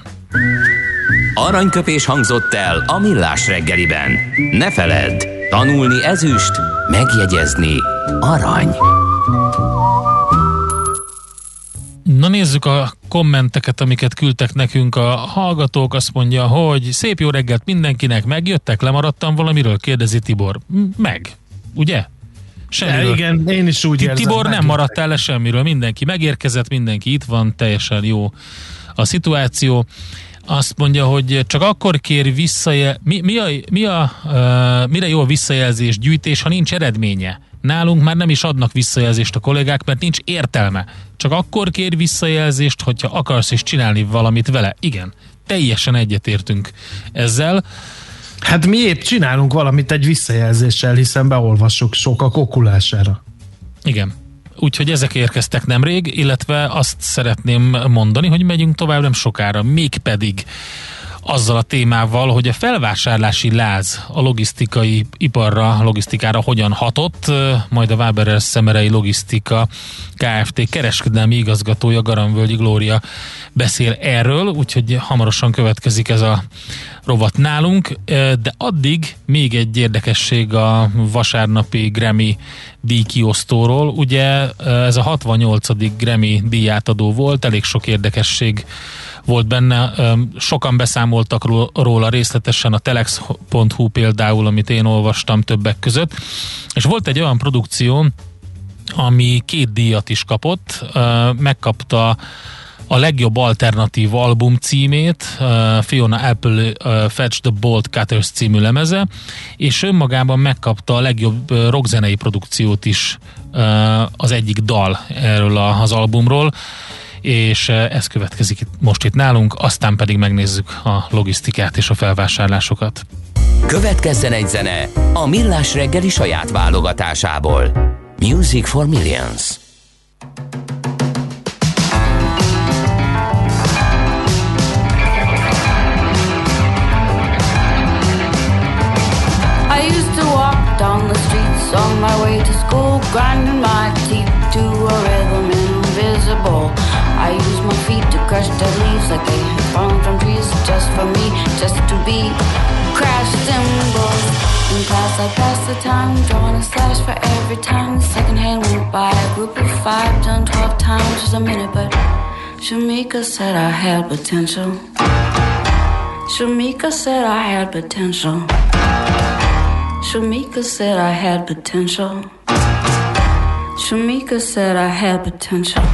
Speaker 2: Aranyköpés hangzott el a millás reggeliben. Ne feledd, tanulni ezüst, megjegyezni arany.
Speaker 7: Na nézzük a kommenteket, amiket küldtek nekünk a hallgatók. Azt mondja, hogy szép jó reggelt mindenkinek, megjöttek, lemaradtam valamiről, kérdezi Tibor. Meg, ugye?
Speaker 8: Semmiről. Ja, igen, én is úgy érzem.
Speaker 7: Tibor, nem maradtál le semmiről, mindenki megérkezett, mindenki itt van, teljesen jó a szituáció. Azt mondja, hogy csak akkor kér visszajel... Mi, mi a, mi a, uh, mire jó a visszajelzés gyűjtés, ha nincs eredménye? Nálunk már nem is adnak visszajelzést a kollégák, mert nincs értelme. Csak akkor kér visszajelzést, hogyha akarsz is csinálni valamit vele. Igen, teljesen egyetértünk ezzel.
Speaker 8: Hát mi épp csinálunk valamit egy visszajelzéssel, hiszen beolvassuk sokak okulására.
Speaker 7: Igen. Úgyhogy ezek érkeztek nemrég, illetve azt szeretném mondani, hogy megyünk tovább nem sokára, mégpedig azzal a témával, hogy a felvásárlási láz a logisztikai iparra, logisztikára hogyan hatott, majd a Waberers Szemerei Logisztika Kft. Kereskedelmi igazgatója Garamvölgyi Glória beszél erről, úgyhogy hamarosan következik ez a rovat nálunk, de addig még egy érdekesség a vasárnapi Grammy díjkiosztóról. Ugye ez a hatvannyolcadik Grammy díjátadó volt, elég sok érdekesség volt benne, sokan beszámoltak róla részletesen, a telex pont hu például, amit én olvastam többek között, és volt egy olyan produkció, ami két díjat is kapott, megkapta a legjobb alternatív album címét, Fiona Apple Fetch the Bolt Cutters című lemeze, és önmagában megkapta a legjobb rockzenei produkciót is, az egyik dal erről az albumról, és ez következik itt, most itt nálunk, aztán pedig megnézzük a logisztikát és a felvásárlásokat.
Speaker 2: Következzen egy zene a Millás reggeli saját válogatásából. Music for Millions.
Speaker 12: I used to walk down the streets on my way to school, grinding my teeth to a rhythm invisible. I use my feet to crush dead leaves like they had fallen from trees just for me, just class I passed the time, drawing a slash for every time the second hand went by. A group of five done twelve times was a minute, but Shamika said I had potential. Shamika said I had potential. Shamika said I had potential. Shamika said I had potential.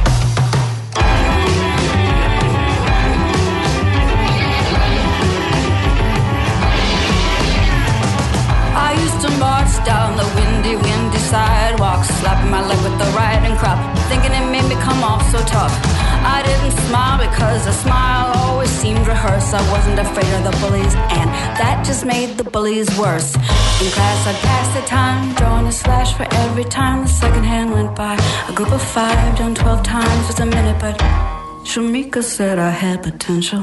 Speaker 12: I used to march down the windy, windy sidewalk, slapping my leg with the riding crop, thinking it made me come off so tough. I didn't smile because a smile always seemed rehearsed. I wasn't afraid of the bullies, and that just made the bullies worse. In class I'd pass the time, drawing a slash for every time the second hand went by. A group of five done twelve times was a minute, but Shamika said I had potential.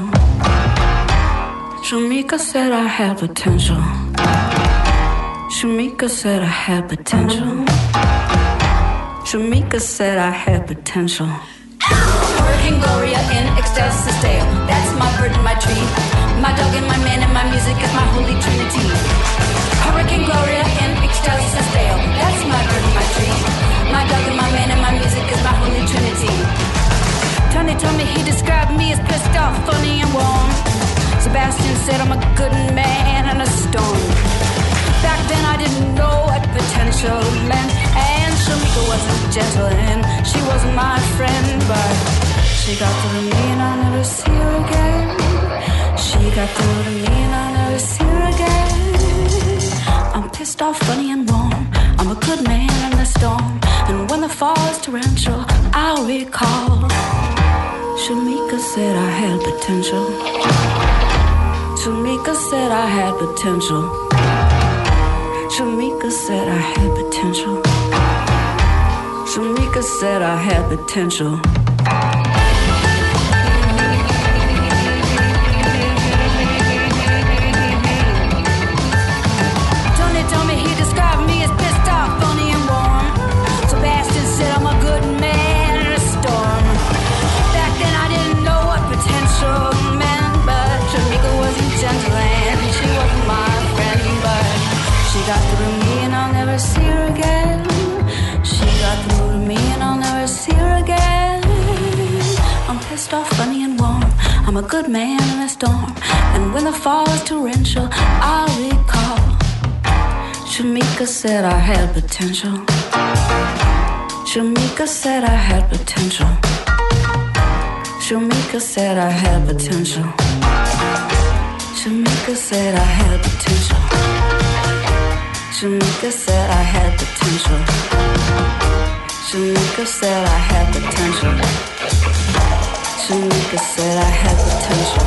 Speaker 12: Shamika said I had potential. Shamika said I had potential. Shamika said I had potential. Hurricane Gloria in excelsis Deo. That's my bird and my tree. My dog and my man and my music is my holy trinity. Hurricane Gloria in excelsis Deo. That's my bird and my tree. My dog and my man and my music is my holy trinity. Tony told me he described me as pissed off, funny and warm. Sebastian said I'm a good man in a storm. Back then I didn't know what potential meant, and Shamika wasn't gentle and she wasn't my friend, but she got through to me and I'll never see her again. She got through to me and I'll never see her again. I'm pissed off, funny and warm. I'm a good man in the storm, and when the fall is torrential, I'll recall Shamika said I had potential. Shamika said I had potential. Shamika said I had potential. Shamika said I had potential. Tony told me he described me as pissed off, funny and warm. Sebastian said I'm a good man in a storm. Back then I didn't know what potential meant, but Shamika wasn't gentle and she wasn't my friend, but she got through to me and I'll never see her again. She got through to me and I'll never see her again. I'm pissed off, funny and warm. I'm a good man in a storm, and when the fall is torrential, I'll recall Shamika said I had potential. Shamika said I had potential. Shamika said I had potential. Shamika said I had potential. Shamika said I had potential. Shamika said I had potential. Shamika said I had potential.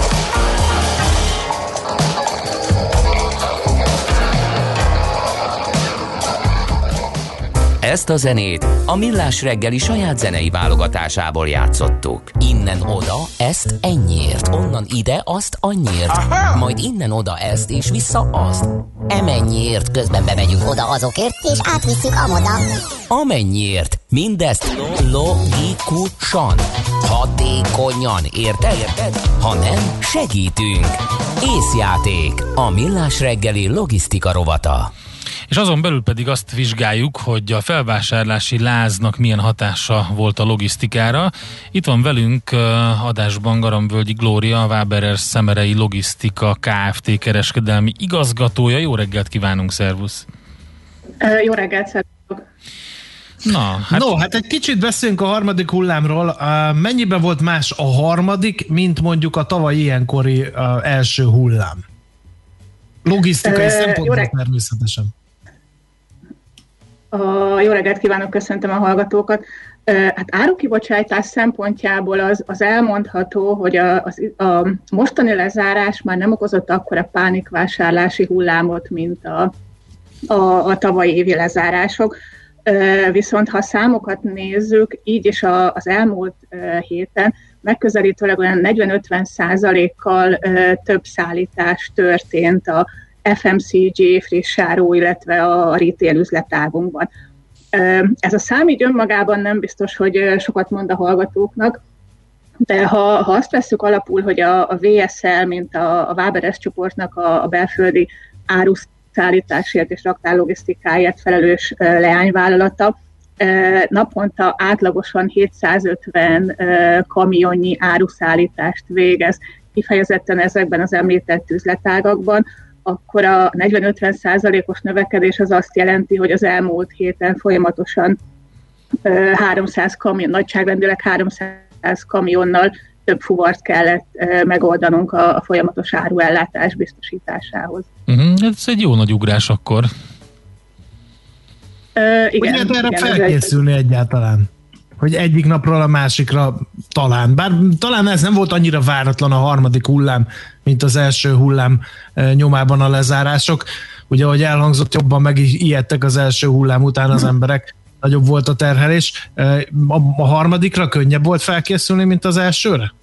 Speaker 2: Ezt a zenét a Millás reggeli saját zenei válogatásából játszottuk. Innen oda, ezt ennyiért, onnan ide, azt annyiért, aha, majd innen oda ezt, és vissza azt. Emennyiért, közben bemegyünk oda azokért, és átvisszük amoda. Amennyiért, mindezt logikusan, hatékonyan, érted? Érted? Ha nem, segítünk. Észjáték, a Millás reggeli logisztika rovata.
Speaker 7: És azon belül pedig azt vizsgáljuk, hogy a felvásárlási láznak milyen hatása volt a logisztikára. Itt van velünk uh, adásban Garamvölgyi Glória, a Waberer Szemerei Logisztika Kft. Kereskedelmi igazgatója. Jó reggelt kívánunk, szervusz!
Speaker 13: Uh, jó reggelt, szervusz!
Speaker 8: Na, hát... No, hát egy kicsit beszélünk a harmadik hullámról. Uh, mennyiben volt más a harmadik, mint mondjuk a tavaly ilyenkori uh, első hullám? Logisztikai uh, szempontból reg... természetesen.
Speaker 13: Uh, jó reggelt kívánok, köszöntöm a hallgatókat. Uh, hát árukibocsátás szempontjából az, az elmondható, hogy a, az, a mostani lezárás már nem okozott akkora pánikvásárlási hullámot, mint a, a, a tavalyi évi lezárások. Uh, viszont ha a számokat nézzük, így is a, az elmúlt uh, héten megközelítőleg olyan negyven-ötven százalékkal uh, több szállítás történt a ef em cé gé, friss áru, illetve a retail üzletágunkban. Uh, ez a szám így önmagában nem biztos, hogy sokat mond a hallgatóknak, de ha, ha azt vesszük alapul, hogy a, a vé es el, mint a, a Waberes csoportnak a, a belföldi áru szállításért és raktárlogisztikáért felelős leányvállalata naponta átlagosan hétszázötven kamionnyi áruszállítást végez, kifejezetten ezekben az említett üzletágakban, akkor a negyven-ötven százalékos növekedés az azt jelenti, hogy az elmúlt héten folyamatosan háromszáz kamion, nagyságrendileg háromszáz kamionnal több fuvart kellett megoldanunk a, a folyamatos áruellátás biztosításához.
Speaker 7: Uh-huh, ez egy jó nagy ugrás akkor.
Speaker 13: Uh, igen,
Speaker 8: hogy erre
Speaker 13: igen,
Speaker 8: felkészülni egyáltalán? Hogy egyik napról a másikra talán. Bár talán ez nem volt annyira váratlan a harmadik hullám, mint az első hullám nyomában a lezárások. Ugye, ahogy elhangzott, jobban meg is ijedtek az első hullám után az emberek. Nagyobb volt a terhelés. A, a harmadikra könnyebb volt felkészülni, mint az elsőre?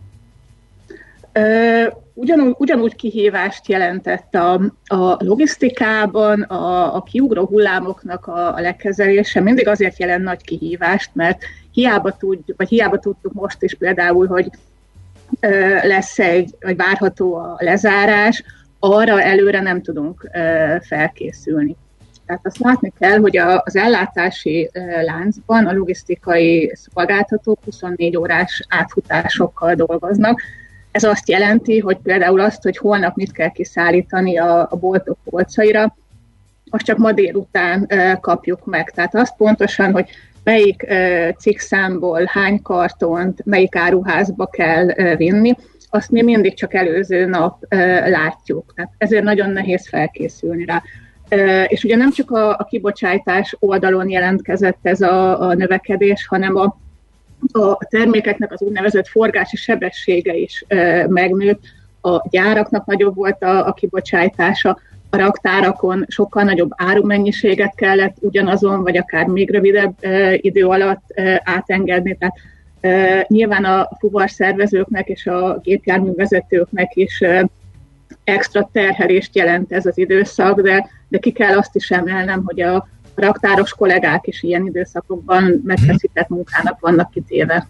Speaker 13: Uh, ugyanúgy, ugyanúgy kihívást jelentett a, a logisztikában, a, a kiugró hullámoknak a, a lekezelése. Mindig azért jelent nagy kihívást, mert hiába, tud, vagy hiába tudtuk most is például, hogy uh, lesz egy, vagy várható a lezárás, arra előre nem tudunk uh, felkészülni. Tehát azt látni kell, hogy a, az ellátási uh, láncban a logisztikai szolgáltatók huszonnégy órás átfutásokkal dolgoznak. Ez azt jelenti, hogy például azt, hogy holnap mit kell kiszállítani a, a boltok polcaira, azt csak ma délután uh, kapjuk meg. Tehát azt pontosan, hogy melyik uh, cikkszámból hány kartont, melyik áruházba kell uh, vinni, azt mi mindig csak előző nap uh, látjuk. Tehát ezért nagyon nehéz felkészülni rá. Uh, és ugye nem csak a, a kibocsátás oldalon jelentkezett ez a, a növekedés, hanem a a termékeknek az úgynevezett forgási sebessége is e, megnőtt, a gyáraknak nagyobb volt a, a kibocsátása, a raktárakon sokkal nagyobb árumennyiséget kellett ugyanazon, vagy akár még rövidebb e, idő alatt e, átengedni. Tehát e, nyilván a fuvarszervezőknek és a gépjárművezetőknek is e, extra terhelést jelent ez az időszak, de, de ki kell azt is emelnem, hogy a A raktáros kollégák is ilyen időszakokban megfeszített munkának vannak kitéve.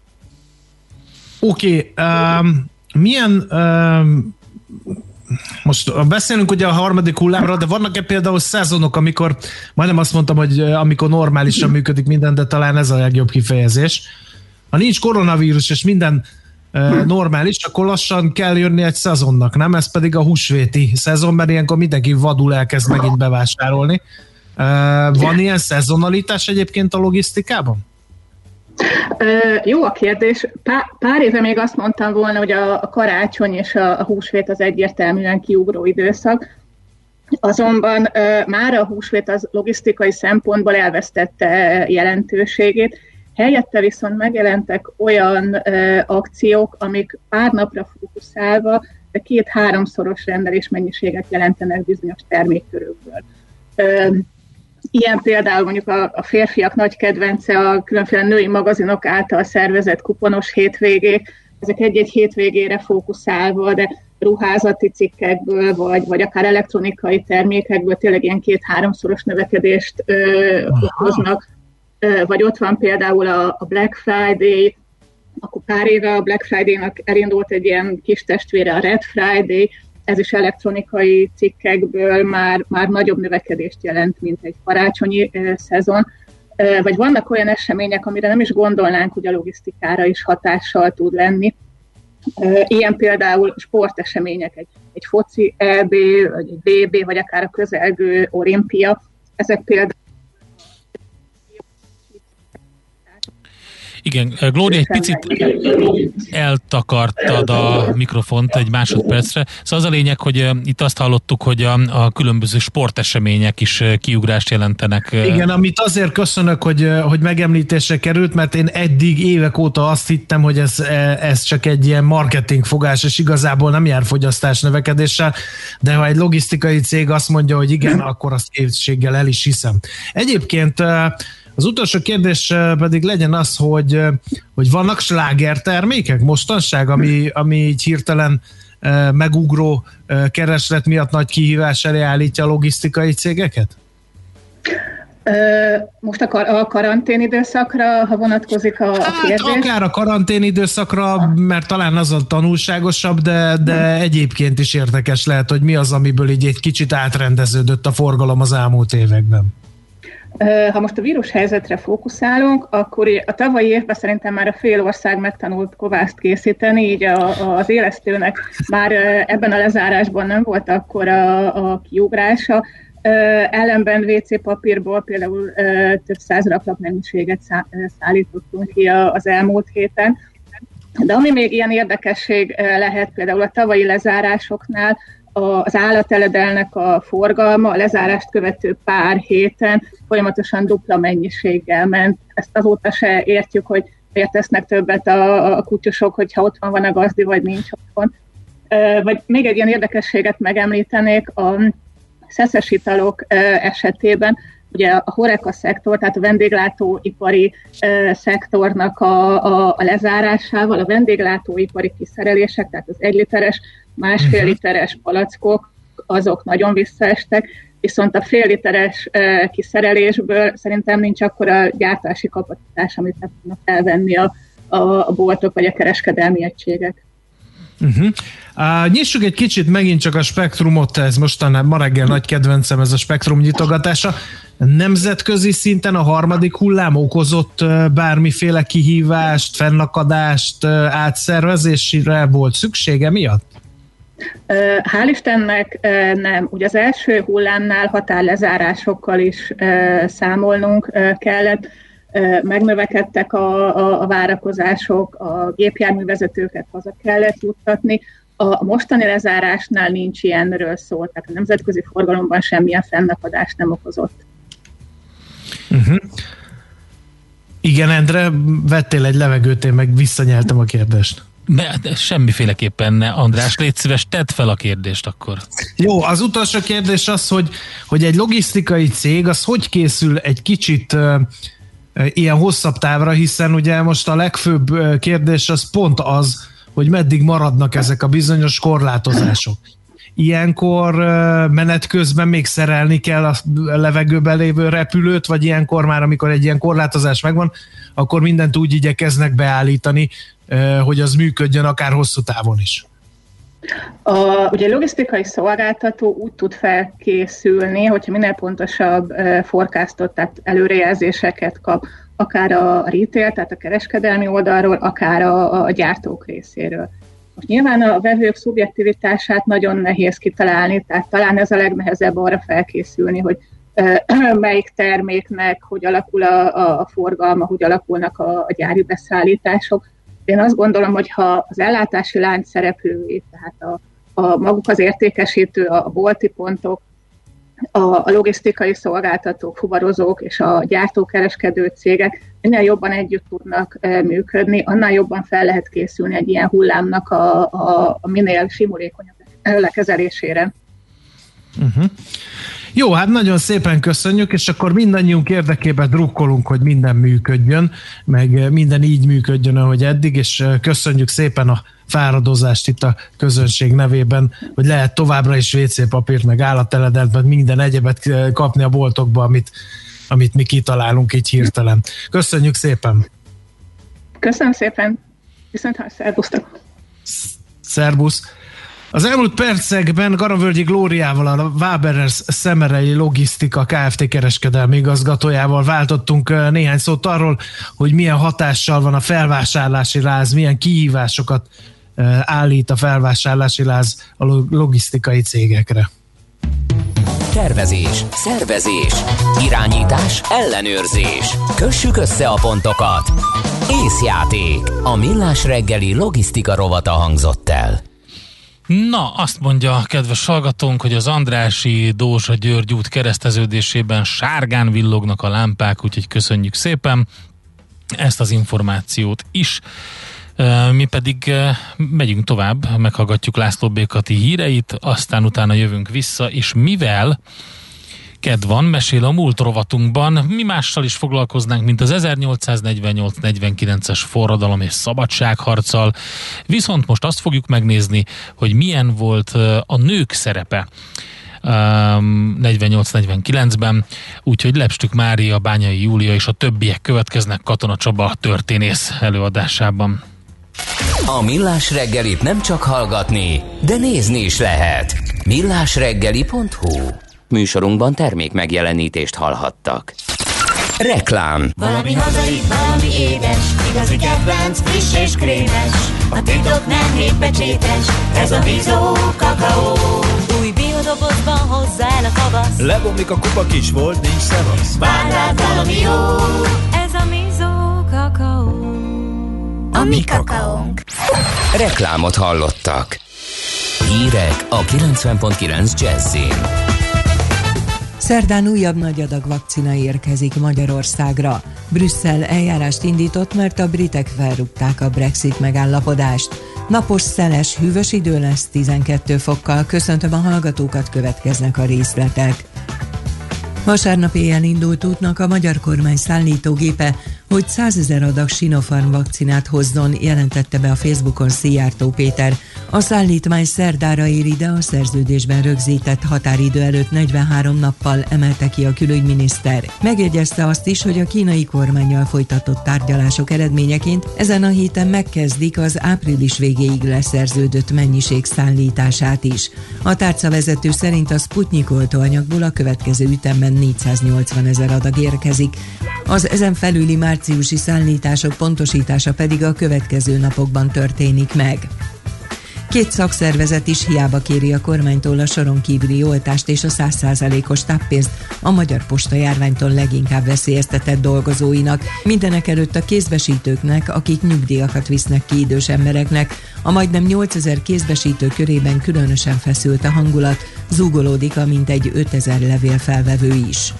Speaker 8: Oké, okay, um, milyen um, most beszélünk ugye a harmadik hullámra, de vannak-e például szezonok, amikor, majdnem azt mondtam, hogy amikor normálisan működik minden, de talán ez a legjobb kifejezés. Ha nincs koronavírus és minden uh, normális, akkor lassan kell jönni egy szezonnak, nem? Ez pedig a húsvéti szezon, mert ilyenkor mindenki vadul elkezd megint bevásárolni. Uh, van ilyen szezonalitás egyébként a logisztikában?
Speaker 13: Uh, jó a kérdés. Pár, pár éve még azt mondtam volna, hogy a, a karácsony és a, a húsvét az egyértelműen kiugró időszak. Azonban uh, már a húsvét az logisztikai szempontból elvesztette jelentőségét. Helyette viszont megjelentek olyan uh, akciók, amik pár napra fókuszálva, de két-háromszoros rendelésmennyiséget jelentenek bizonyos termékkörökből. Uh, Ilyen például mondjuk a, a férfiak nagy kedvence a különféle női magazinok által szervezett kuponos hétvégék, ezek egy-egy hétvégére fókuszálva, de ruházati cikkekből, vagy, vagy akár elektronikai termékekből tényleg ilyen két-háromszoros növekedést ö, okoznak. Ö, vagy ott van például a, a Black Friday, akkor pár éve a Black Friday-nak elindult egy ilyen kis testvére, a Red Friday, ez is elektronikai cikkekből már, már nagyobb növekedést jelent, mint egy karácsonyi uh, szezon. Uh, vagy vannak olyan események, amire nem is gondolnánk, hogy a logisztikára is hatással tud lenni. Uh, ilyen például sportesemények, egy, egy foci é bé, vagy egy bé bé, vagy akár a közelgő olimpia. Ezek például
Speaker 7: Igen, Glória, egy picit eltakartad a mikrofont egy másodpercre. Szóval az a lényeg, hogy itt azt hallottuk, hogy a, a különböző sportesemények is kiugrást jelentenek.
Speaker 8: Igen, amit azért köszönök, hogy, hogy megemlítésre került, mert én eddig évek óta azt hittem, hogy ez, ez csak egy ilyen marketing fogás, és igazából nem jár fogyasztás növekedéssel, de ha egy logisztikai cég azt mondja, hogy igen, akkor azt készséggel el is hiszem. Egyébként az utolsó kérdés pedig legyen az, hogy, hogy vannak sláger termékek mostanság, ami, ami így hirtelen megugró kereslet miatt nagy kihívás elé állítja a logisztikai cégeket?
Speaker 13: Most a, kar- a karantén időszakra, ha vonatkozik a, a kérdés?
Speaker 8: Hát akár a karantén időszakra, mert talán az a tanulságosabb, de, de egyébként is érdekes lehet, hogy mi az, amiből így egy kicsit átrendeződött a forgalom az elmúlt években.
Speaker 13: Ha most a vírus helyzetre fókuszálunk, akkor a tavalyi évben szerintem már a fél ország megtanult kovászt készíteni, így a, az élesztőnek már ebben a lezárásban nem volt akkor a, a kiugrása. Ellenben vé cé papírból például több száz raklap mennyiséget szállítottunk ki az elmúlt héten. De ami még ilyen érdekesség lehet például a tavalyi lezárásoknál, az állateledelnek a forgalma a lezárást követő pár héten folyamatosan dupla mennyiséggel ment. Ezt azóta se értjük, hogy miért tesznek többet a, a kutyusok, hogyha otthon van a gazdi, vagy nincs otthon. Vagy még egy ilyen érdekességet megemlítenék, a szeszes italok esetében, ugye a HoReCa szektor, tehát a vendéglátóipari szektornak a, a, a lezárásával, a vendéglátóipari kiszerelések, tehát az egy literes, másfél literes palackok, azok nagyon visszaestek, viszont a fél literes kiszerelésből szerintem nincs akkora gyártási kapacitás, amit tudnak elvenni a, a, a boltok vagy a kereskedelmi egységek.
Speaker 8: Uh-huh. Uh, nyissuk egy kicsit megint csak a spektrumot, ez mostan ma reggel nagy kedvencem, ez a spektrum nyitogatása. Nemzetközi szinten a harmadik hullám okozott uh, bármiféle kihívást, fennakadást, uh, átszervezésre volt szüksége miatt?
Speaker 13: Uh, hál' Istennek uh, nem. Ugye az első hullámnál határlezárásokkal is uh, számolnunk uh, kellett. Megnövekedtek a, a, a várakozások, a gépjárművezetőket haza kellett juttatni. A mostani lezárásnál nincs ilyenről szó, tehát a nemzetközi forgalomban semmilyen fennakadást nem okozott.
Speaker 8: Uh-huh. Igen, Endre, vettél egy levegőt, én meg visszanyeltem a kérdést.
Speaker 7: Ne, semmiféleképpen ne, András, légy szíves, tedd fel a kérdést akkor.
Speaker 8: Jó, az utolsó kérdés az, hogy, hogy egy logisztikai cég, az hogy készül egy kicsit uh, ilyen hosszabb távra, hiszen ugye most a legfőbb kérdés az pont az, hogy meddig maradnak ezek a bizonyos korlátozások. Ilyenkor menet közben még szerelni kell a levegőben lévő repülőt, vagy ilyenkor már, amikor egy ilyen korlátozás megvan, akkor mindent úgy igyekeznek beállítani, hogy az működjön akár hosszú távon is.
Speaker 13: A, ugye logisztikai szolgáltató úgy tud felkészülni, hogyha minél pontosabb uh, forecastot, tehát előrejelzéseket kap, akár a retail, tehát a kereskedelmi oldalról, akár a, a gyártók részéről. Most nyilván a vevők szubjektivitását nagyon nehéz kitalálni, tehát talán ez a legnehezebb arra felkészülni, hogy uh, melyik terméknek, hogy alakul a, a, a forgalma, hogy alakulnak a, a gyári beszállítások. Én azt gondolom, hogy ha az ellátási lánc szereplői, tehát a, a maguk az értékesítő, a bolti pontok, a, a logisztikai szolgáltatók, fuvarozók és a gyártókereskedő cégek minél jobban együtt tudnak e, működni, annál jobban fel lehet készülni egy ilyen hullámnak a, a, a minél simulékonyabb lekezelésére.
Speaker 8: Uh-huh. Jó, hát nagyon szépen köszönjük, és akkor mindannyiunk érdekében drukkolunk, hogy minden működjön, meg minden így működjön, ahogy eddig, és köszönjük szépen a fáradozást itt a közönség nevében, hogy lehet továbbra is vé cé papírt, meg állateledet, meg minden egyebet kapni a boltokba, amit, amit mi kitalálunk így hirtelen. Köszönjük szépen!
Speaker 13: Köszönöm szépen! Viszont ha szervusztok!
Speaker 8: Szervusz! Az elmúlt percekben Garavölgyi Glóriával, a Waberers Szemerei Logisztika Kft. Kereskedelmi igazgatójával váltottunk néhány szót arról, hogy milyen hatással van a felvásárlási láz, milyen kihívásokat állít a felvásárlási láz a logisztikai cégekre.
Speaker 2: Tervezés, szervezés, irányítás, ellenőrzés. Kössük össze a pontokat. Észjáték. A Millás reggeli logisztika rovata hangzott el.
Speaker 7: Na, azt mondja a kedves hallgatónk, hogy az Andrássy Dózsa György út kereszteződésében sárgán villognak a lámpák, úgyhogy köszönjük szépen ezt az információt is. Mi pedig megyünk tovább, meghallgatjuk László B. Kati híreit, aztán utána jövünk vissza, és mivel kedv van, mesél a múlt rovatunkban, mi mással is foglalkoznánk, mint az ezernyolcszáznegyvennyolc negyvenkilences forradalom és szabadságharccal, viszont most azt fogjuk megnézni, hogy milyen volt a nők szerepe um, negyvennyolc negyvenkilencben, úgyhogy Lepstük Mária, Bányai Júlia és a többiek következnek Katona Csaba történész előadásában.
Speaker 2: A Millás reggelit nem csak hallgatni, de nézni is lehet. millásreggeli pont hu. Műsorunkban termék megjelenítést hallhattak. Reklám.
Speaker 14: Valami hazai, valami édes, igazi kedvenc, friss és krémes. A titok nem hétpecsétes, ez a Bizó kakaó. Új biodobozban hozza el a tavasz.
Speaker 15: Lebomlik a kupa, kis volt, nincs szevasz.
Speaker 14: Vár rád valami jó, ez a Bizó kakaó. A mi kakaónk.
Speaker 2: Reklámot hallottak. Hírek a kilencven pont kilenc Jazzin.
Speaker 1: Szerdán újabb nagy adag vakcina érkezik Magyarországra. Brüsszel eljárást indított, mert a britek felrúgták a Brexit megállapodást. Napos, szeles, hűvös idő lesz tizenkét fokkal. Köszöntöm a hallgatókat, következnek a részletek. Vasárnap éjjel indult útnak a magyar kormány szállítógépe, hogy százezer adag Sinopharm vakcinát hozzon, jelentette be a Facebookon Szijjártó Péter. A szállítmány szerdára éri, de a szerződésben rögzített határidő előtt negyvenhárom nappal, emelte ki a külügyminiszter. Megjegyezte azt is, hogy a kínai kormánnyal folytatott tárgyalások eredményeként ezen a héten megkezdik az április végéig leszerződött mennyiség szállítását is. A tárcavezető szerint a Sputnik oltóanyagból a következő ütemben négyszáznyolcvan ezer adag érkezik. Az ezen felüli márciusi szállítások pontosítása pedig a következő napokban történik meg. Két szakszervezet is hiába kéri a kormánytól a soron kívüli oltást és a száz százalékos táppénzt a Magyar Posta járványtól leginkább veszélyeztetett dolgozóinak, mindenek előtt a kézbesítőknek, akik nyugdíjakat visznek ki idős embereknek. A majdnem nyolcezer kézbesítő körében különösen feszült a hangulat, zúgolódik a mintegy ötezer levélfelvevő is.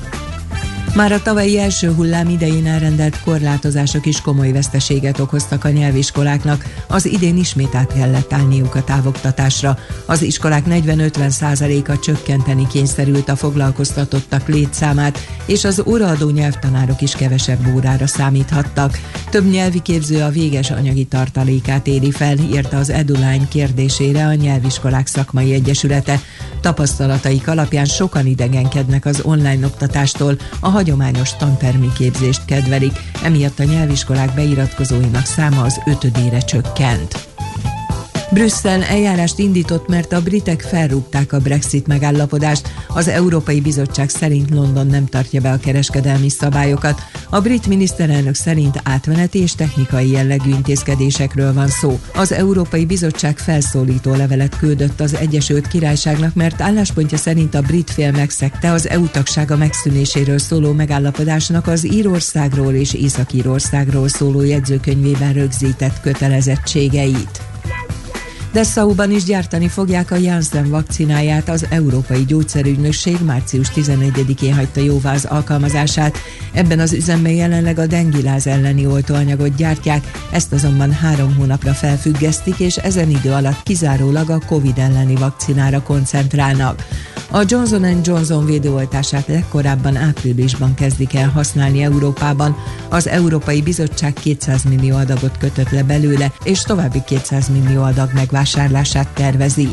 Speaker 1: Már a tavalyi első hullám idején elrendelt korlátozások is komoly veszteséget okoztak a nyelviskoláknak. Az idén ismét át kellett állniuk a távoktatásra. Az iskolák negyven-ötven százaléka csökkenteni kényszerült a foglalkoztatottak létszámát, és az óraadó nyelvtanárok is kevesebb órára számíthattak. Több nyelvi képző a véges anyagi tartalékát éri fel, írta az Eduline kérdésére a Nyelviskolák Szakmai Egyesülete. Tapasztalataik alapján sokan idegenkednek az online oktatástól, a hagyományos tantermi képzést kedvelik, emiatt a nyelviskolák beiratkozóinak száma az ötödére csökkent. Brüsszel eljárást indított, mert a britek felrúgták a Brexit megállapodást. Az Európai Bizottság szerint London nem tartja be a kereskedelmi szabályokat. A brit miniszterelnök szerint átmeneti és technikai jellegű intézkedésekről van szó. Az Európai Bizottság felszólító levelet küldött az Egyesült Királyságnak, mert álláspontja szerint a brit fél megszegte az é u tagsága megszűnéséről szóló megállapodásnak az Írországról és Észak-Írországról szóló jegyzőkönyvében rögzített kötelezettségeit. Dessauban is gyártani fogják a Janssen vakcináját, az Európai Gyógyszerügynökség március tizenegyedikén hagyta jóvá az alkalmazását. Ebben az üzemben jelenleg a dengiláz elleni oltóanyagot gyártják, ezt azonban három hónapra felfüggesztik, és ezen idő alatt kizárólag a Covid elleni vakcinára koncentrálnak. A Johnson and Johnson védőoltását legkorábban áprilisban kezdik el használni Európában. Az Európai Bizottság kétszáz millió adagot kötött le belőle, és további kétszáz millió adag megvásárlását tervezi.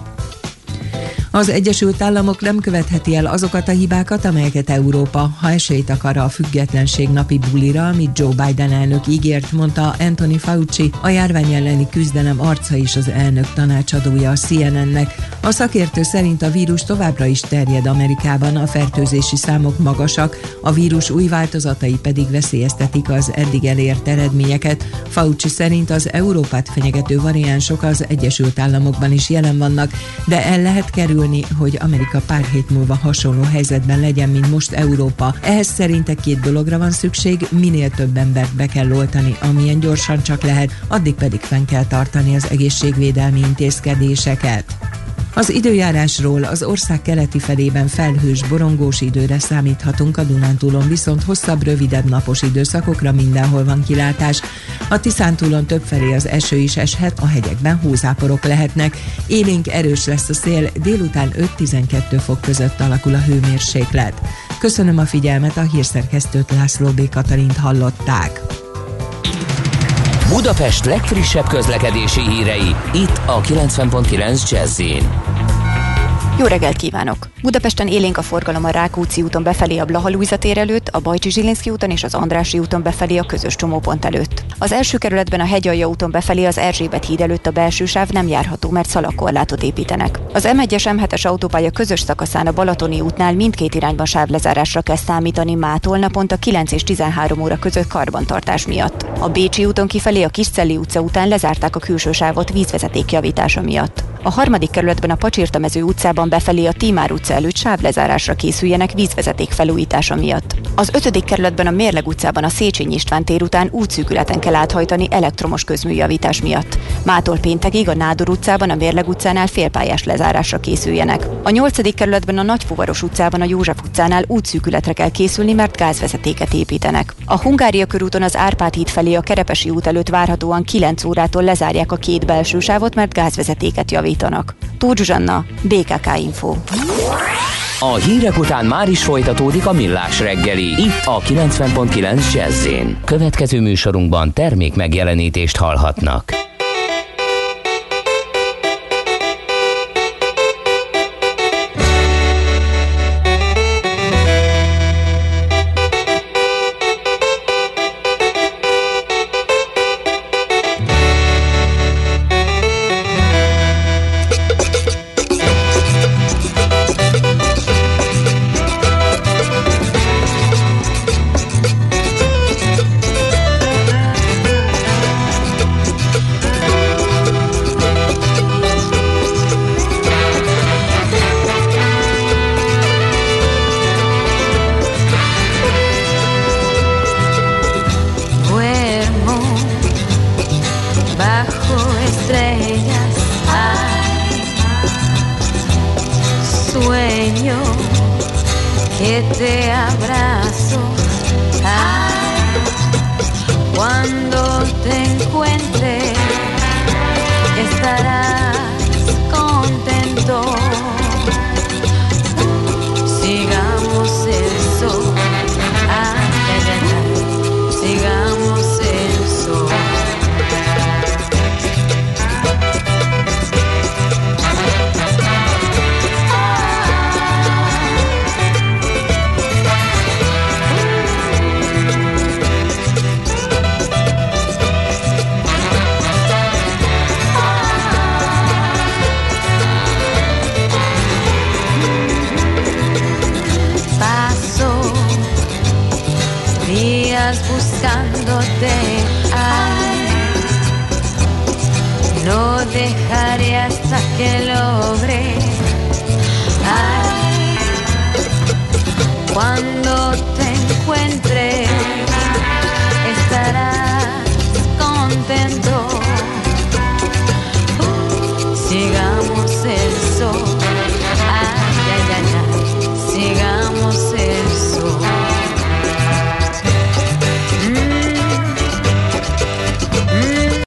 Speaker 1: Az Egyesült Államok nem követheti el azokat a hibákat, amelyeket Európa, ha esélyt akar a függetlenség napi bulira, amit Joe Biden elnök ígért, mondta Anthony Fauci, a járvány elleni küzdelem arca is az elnök tanácsadója a C N N-nek. A szakértő szerint a vírus továbbra is terjed Amerikában, a fertőzési számok magasak, a vírus új változatai pedig veszélyeztetik az eddig elért eredményeket. Fauci szerint az Európát fenyegető variánsok az Egyesült Államokban is jelen vannak, de el lehet kerülni, hogy Amerika pár hét múlva hasonló helyzetben legyen, mint most Európa. Ehhez szerinte két dologra van szükség, minél több embert be kell oltani, amilyen gyorsan csak lehet, addig pedig fenn kell tartani az egészségvédelmi intézkedéseket. Az időjárásról: az ország keleti felében felhős, borongós időre számíthatunk, a Dunántúlon viszont hosszabb, rövidebb napos időszakokra mindenhol van kilátás. A Tiszántúlon többfelé az eső is eshet, a hegyekben hózáporok lehetnek. Élénk erős lesz a szél, délután öt-tizenkét fok között alakul a hőmérséklet. Köszönöm a figyelmet, a hírszerkesztőt, László B. Katalint hallották.
Speaker 2: Budapest legfrissebb közlekedési hírei, itt a kilencven pont kilenc Jazz-in.
Speaker 10: Jó reggelt kívánok! Budapesten élénk a forgalom a Rákóczi úton befelé a Blaha Lujza tér előtt, a Bajcsy-Zsilinszky úton és az Andrássy úton befelé a közös csomópont előtt. Az első kerületben a Hegyalja úton befelé az Erzsébet híd előtt a belső sáv nem járható, mert szalagkorlátot építenek. Az em egyes em hetes autópálya közös szakaszán a Balatoni útnál mindkét irányban sávlezárásra kell számítani mától naponta kilenc és tizenhárom óra között karbantartás miatt. A Bécsi úton kifelé a Kiscelli utca után lezárták a külső sávot vízvezeték javítása miatt. A harmadik kerületben a Pacsirtamező utcában befelé a Tímár utca előtt sávlezárásra készüljenek vízvezeték felújítása miatt. Az ötödik kerületben a Mérleg utcában a Széchenyi István tér után útszűkületen kell áthajtani elektromos közműjavítás miatt. Mától péntekig a Nádor utcában a Mérleg utcánál félpályás lezárásra készüljenek. A nyolcadik kerületben a Nagyfuvaros utcában a József utcánál útszűkületre kell készülni, mert gázvezetéket építenek. A Hungária körúton az Árpád híd felé a Kerepesi út előtt várhatóan kilenc órától lezárják a két belső sávot, mert gázvezetéket javítanak. Tóth Zsuzsanna, bé ká ká Info.
Speaker 2: A hírek után már is folytatódik a Millás reggeli, itt a kilencven pont kilenc Jazz-én. Következő műsorunkban termék megjelenítést hallhatnak.
Speaker 16: buscándote, ay, no dejaré hasta que logre, ay, cuando te encuentre